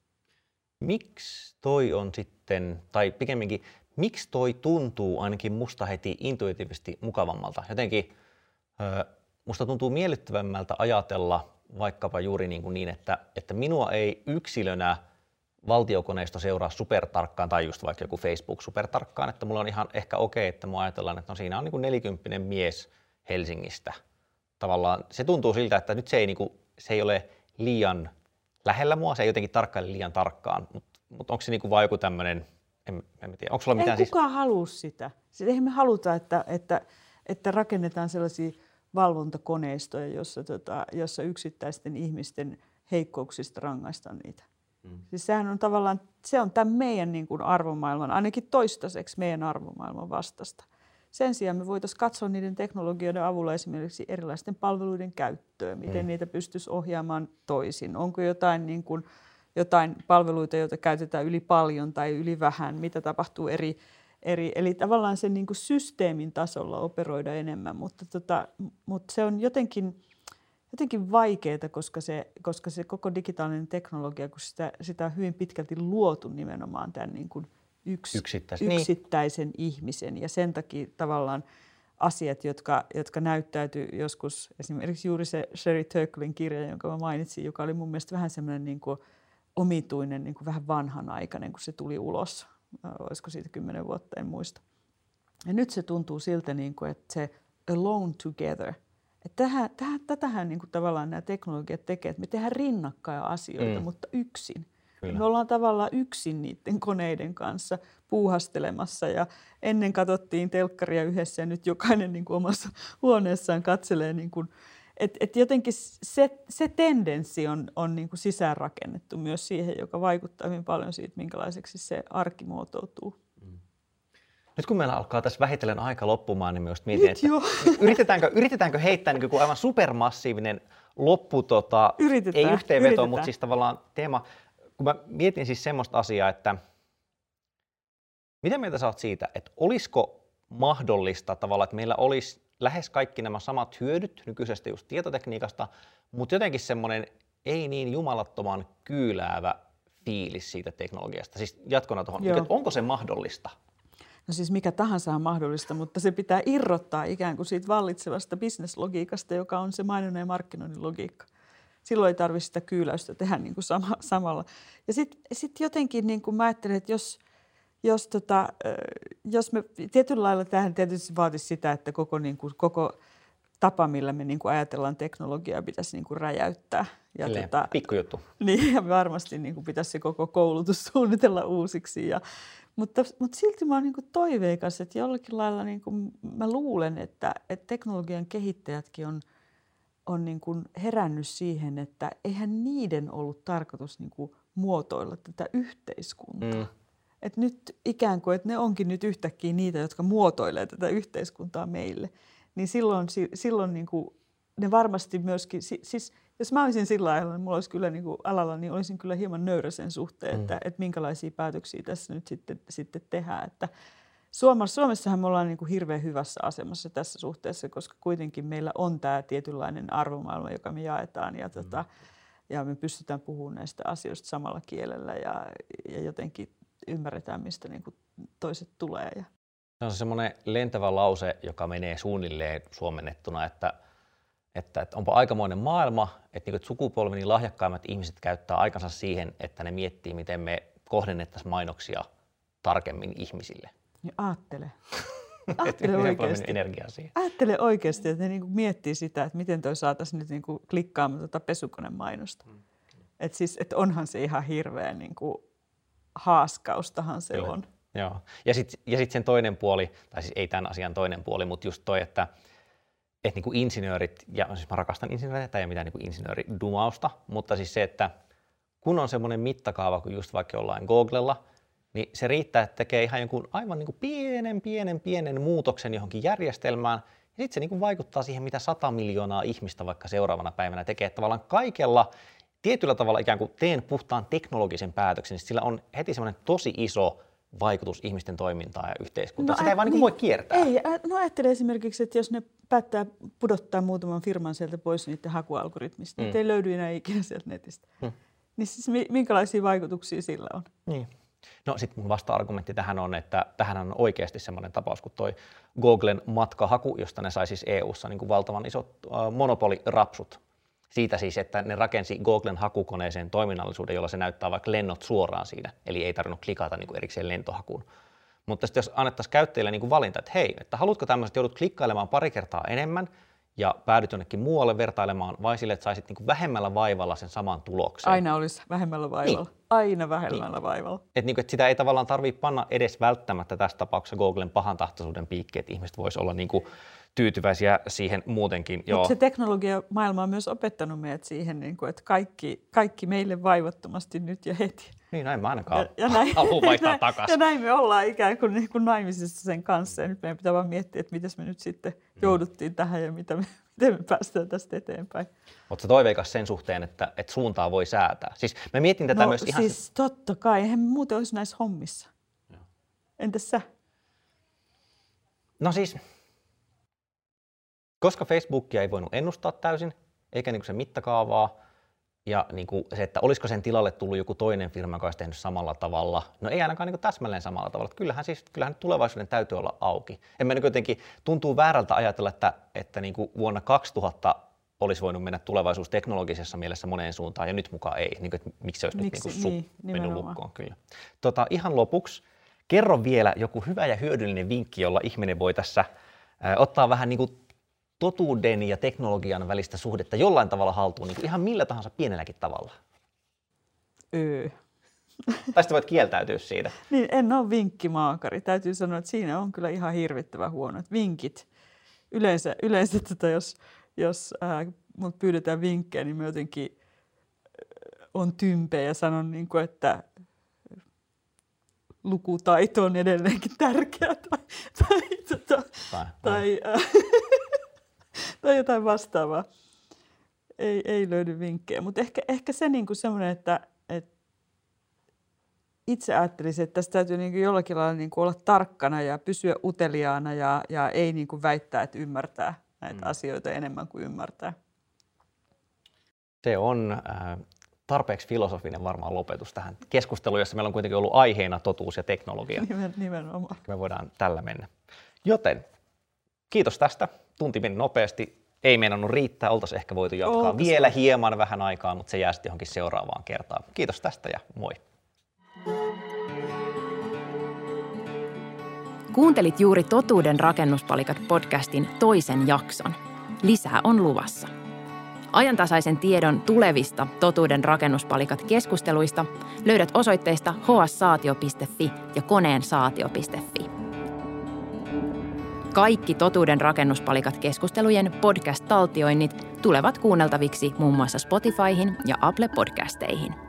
Miksi toi on sitten, tai pikemminkin, miksi toi tuntuu ainakin musta heti intuitiivisesti mukavammalta? Jotenkin ö, musta tuntuu miellyttävämmältä ajatella vaikkapa juuri niin, kuin niin että, että minua ei yksilönä valtiokoneisto seuraa supertarkkaan, tai just vaikka joku Facebook supertarkkaan, että mulla on ihan ehkä okei, että mua ajatellaan, että no siinä on niin kuin nelikymppinen mies Helsingistä. Tavallaan se tuntuu siltä, että nyt se ei, niin kuin, se ei ole liian lähellä mua, se ei jotenkin tarkkaile liian tarkkaan, mutta mut onko se niin kuin vaan joku tämmöinen, en, en tiedä, onko sulla mitään ei siis... Ei kukaan halua sitä. Siis eihän me haluta, että, että, että rakennetaan sellaisia valvontakoneistoja, jossa, tota, jossa yksittäisten ihmisten heikkouksista rangaistaan niitä. Mm. Siis sehän on tavallaan, se on tämän meidän niin kuin arvomaailman, ainakin toistaiseksi meidän arvomaailman vastasta. Sen sijaan me voitaisiin katsoa niiden teknologioiden avulla esimerkiksi erilaisten palveluiden käyttöä, miten mm. niitä pystyisi ohjaamaan toisin. Onko jotain, niin kuin, jotain palveluita, joita käytetään yli paljon tai yli vähän, mitä tapahtuu eri, eri eli tavallaan sen niin kuin systeemin tasolla operoida enemmän, mutta, tota, mutta se on jotenkin, jotenkin vaikeaa, koska se, koska se koko digitaalinen teknologia, kun sitä, sitä on hyvin pitkälti luotu nimenomaan tämän niin kuin Yks, Yksittäis, yksittäisen niin. ihmisen ja sen takia tavallaan asiat, jotka, jotka näyttäytyy joskus, esimerkiksi juuri se Sherry Turkleyn kirja, jonka mä mainitsin, joka oli mun mielestä vähän semmoinen niin kuin omituinen, niin kuin vähän vanhanaikainen, kun se tuli ulos. Olisiko siitä kymmenen vuotta, en muista. Ja nyt se tuntuu siltä, niin kuin, että se alone together, että tähän, tähän, tätähän niin kuin tavallaan nämä teknologiat tekee, että me tehdään rinnakkain asioita, mm. mutta yksin. Kyllä. Me ollaan tavallaan yksin niiden koneiden kanssa puuhastelemassa ja ennen katsottiin telkkaria yhdessä ja nyt jokainen niin kuin omassa huoneessaan katselee. Niin kuin, et, et jotenkin se, se tendenssi on, on niin kuin sisäänrakennettu myös siihen, joka vaikuttaa hyvin paljon siitä, minkälaiseksi se arki muotoutuu. Nyt kun meillä alkaa tässä vähitellen aika loppumaan, niin myös mietin, että yritetäänkö, yritetäänkö heittää niin kuin aivan supermassiivinen loppu, tota, ei yhteenveto, mutta siis tavallaan teema. Kun mä mietin siis semmoista asiaa, että mitä mieltä sä oot siitä, että olisiko mahdollista tavallaan, että meillä olisi lähes kaikki nämä samat hyödyt nykyisestä just tietotekniikasta, mutta jotenkin semmoinen ei niin jumalattoman kyyläävä fiilis siitä teknologiasta. Siis jatkona tuohon, onko se mahdollista? No siis mikä tahansa on mahdollista, mutta se pitää irrottaa ikään kuin siitä vallitsevasta bisneslogiikasta, joka on se mainonnan ja markkinoinnin logiikka. Silloin ei tarvitse sitä kyyläystä tehdä niin kuin sama, samalla. Ja sitten sit jotenkin niin kuin mä ajattelen, että jos, jos, tota, jos me tietyllä lailla tähän tietysti vaatisi sitä, että koko, niin kuin, koko tapa, millä me niin kuin ajatellaan teknologiaa, pitäisi niin kuin räjäyttää. Ja tota, pikkujuttu. Niin, ja varmasti niin kuin pitäisi se koko koulutus suunnitella uusiksi. Ja, mutta, mutta silti mä oon niin kuin toiveikas, että jollakin lailla niin kuin mä luulen, että, että teknologian kehittäjätkin on, on niin kuin herännyt siihen, että eihän niiden ollut tarkoitus niin kuin muotoilla tätä yhteiskuntaa. Mm. Että nyt ikään kuin, että ne onkin nyt yhtäkkiä niitä, jotka muotoilee tätä yhteiskuntaa meille. Niin silloin, silloin niin kuin ne varmasti myöskin, siis jos mä olisin sillä lailla, niin mulla olisi kyllä niin kuin alalla, niin olisin kyllä hieman nöyrä sen suhteen, mm. että, että minkälaisia päätöksiä tässä nyt sitten, sitten tehdään. Että Suomessahan me ollaan niin kuin hirveän hyvässä asemassa tässä suhteessa, koska kuitenkin meillä on tämä tietynlainen arvomaailma, joka me jaetaan ja, mm. tota, ja me pystytään puhumaan näistä asioista samalla kielellä ja, ja jotenkin ymmärretään, mistä niin kuin toiset tulee. Ja. Se on semmoinen lentävä lause, joka menee suunnilleen suomennettuna, että, että, että onpa aikamoinen maailma, että, niin että sukupolveni lahjakkaimmat ihmiset käyttää aikansa siihen, että ne miettii, miten me kohdennettaisiin mainoksia tarkemmin ihmisille. Ja aattele. Aattele oikeasti. Energiaa siihen. Aattele oikeasti, että ne niinku miettii sitä, että miten toi saataisiin nyt niinku klikkaamaan tuota pesukonemainosta. Mm. Että siis, et onhan se ihan hirveä niinku haaskaustahan se Kyllä. on. Joo. Ja sitten ja sit sen toinen puoli, tai siis ei tämän asian toinen puoli, mutta just toi, että et niinku insinöörit, ja siis mä rakastan insinööreitä ja mitään niinku insinööridumausta, mutta siis se, että kun on semmoinen mittakaava kuin just vaikka jollain Googlella, niin se riittää, että tekee ihan jonkun aivan niinku pienen, pienen, pienen muutoksen johonkin järjestelmään, ja sitten se niinku vaikuttaa siihen, mitä sata miljoonaa ihmistä vaikka seuraavana päivänä tekee, että tavallaan kaikella tietyllä tavalla ikään kuin teen puhtaan teknologisen päätöksen, niin sillä on heti semmoinen tosi iso vaikutus ihmisten toimintaan ja yhteiskuntaan. No, Sitä ei vaan niin, voi kiertää. Ei, no ajattele esimerkiksi, että jos ne päättää pudottaa muutaman firman sieltä pois niiden hakualgoritmista, mm. niitä ei löydy enää ikinä sieltä netistä. Mm. Niin siis minkälaisia vaikutuksia sillä on? Niin. No sitten mun vasta-argumentti tähän on, että tähän on oikeasti semmoinen tapaus kuin toi Googlen matkahaku, josta ne sai siis E U:ssa niin kuin valtavan isot äh, monopolirapsut. Siitä siis, että ne rakensi Googlen hakukoneeseen toiminnallisuuden, jolla se näyttää vaikka lennot suoraan siinä, eli ei tarvinnut klikata niin kuin erikseen lentohakuun. Mutta sitten jos annettaisiin käyttäjille niin kuin valinta, että hei, että haluatko tämmöiset, joudut klikkailemaan pari kertaa enemmän ja päädyt jonnekin muualle vertailemaan, vai sille, että saisit niin kuin vähemmällä vaivalla sen saman tuloksen. Aina olisi vähemmällä vaivalla. Niin. Aina vähemmällä niin. vaivalla. Että niin et sitä ei tavallaan tarvitse panna edes välttämättä tässä tapauksessa Googlen pahantahtoisuuden piikki, että ihmiset voisi olla niin kuin tyytyväisiä siihen muutenkin. Mutta se teknologia-maailma on myös opettanut meidät siihen, että kaikki, kaikki meille vaivattomasti nyt ja heti. Niin, näin mä ainakaan ja, ja näin, halua vaihtaa takaisin. Ja näin me ollaan ikään kuin, niin kuin naimisissa sen kanssa. Ja nyt meidän pitää vaan miettiä, että miten me nyt sitten jouduttiin tähän ja mitä me, miten me päästään tästä eteenpäin. Oletko sä toiveikas sen suhteen, että, että suuntaa voi säätää? Siis mä mietin tätä no, myös ihan... siis totta kai, eihän me muuten olisi näissä hommissa. Joo. Entäs sä? No siis... Koska Facebookia ei voinut ennustaa täysin, eikä niinku se mittakaavaa, ja niinku se, että olisiko sen tilalle tullut joku toinen firma, joka olisi tehnyt samalla tavalla, no ei ainakaan niinku täsmälleen samalla tavalla. Kyllähän, siis, kyllähän tulevaisuuden täytyy olla auki. En mä niinku jotenkin, tuntuu väärältä ajatella, että, että niinku vuonna kaksituhatta olisi voinut mennä tulevaisuus teknologisessa mielessä moneen suuntaan, ja nyt mukaan ei. Niinku, että miksi se olisi miksi? nyt niinku niin, mennyt lukkoon? Kyllä. Tota, ihan lopuksi, kerro vielä joku hyvä ja hyödyllinen vinkki, jolla ihminen voi tässä äh, ottaa vähän niinku totuuden ja teknologian välistä suhdetta jollain tavalla haltuun, niin ihan millä tahansa pienelläkin tavalla? Öö. Tai sitten voit kieltäytyä siitä. Niin, en ole vinkkimaakari. Täytyy sanoa, että siinä on kyllä ihan hirvittävän huonot vinkit. Yleensä, yleensä tota, jos, jos äh, mut pyydetään vinkkejä, niin mä jotenkin äh, on tympeä ja sanon, niin kuin, että lukutaito on edelleenkin tärkeä. Tai, tai, tota, tai, tai äh, tai jotain vastaavaa. Ei, ei löydy vinkkejä, mutta ehkä, ehkä se niinku semmoinen, että et, itse ajattelisin, että tässä täytyy niin kuin jollakin lailla niin kuin olla tarkkana ja pysyä uteliaana ja, ja ei niin kuin väittää, että ymmärtää näitä mm. asioita enemmän kuin ymmärtää. Se on äh, tarpeeksi filosofinen varmaan lopetus tähän keskusteluun, jossa meillä on kuitenkin ollut aiheena totuus ja teknologia. Nimen, nimenomaan. Me voidaan tällä mennä. Joten kiitos tästä. Tunti meni nopeasti. Ei meinannut riittää. Oltaisiin ehkä voitu jatkaa Oltais vielä vai. hieman vähän aikaa, mutta se jää sitten johonkin seuraavaan kertaan. Kiitos tästä ja moi. Kuuntelit juuri Totuuden rakennuspalikat podcastin toisen jakson. Lisää on luvassa. Ajantasaisen tiedon tulevista Totuuden rakennuspalikat keskusteluista löydät osoitteista h s saatio piste f i ja koneensaatio piste f i. Kaikki Totuuden rakennuspalikat keskustelujen podcast-taltioinnit tulevat kuunneltaviksi muun muassa Spotifyhin ja Apple Podcasteihin.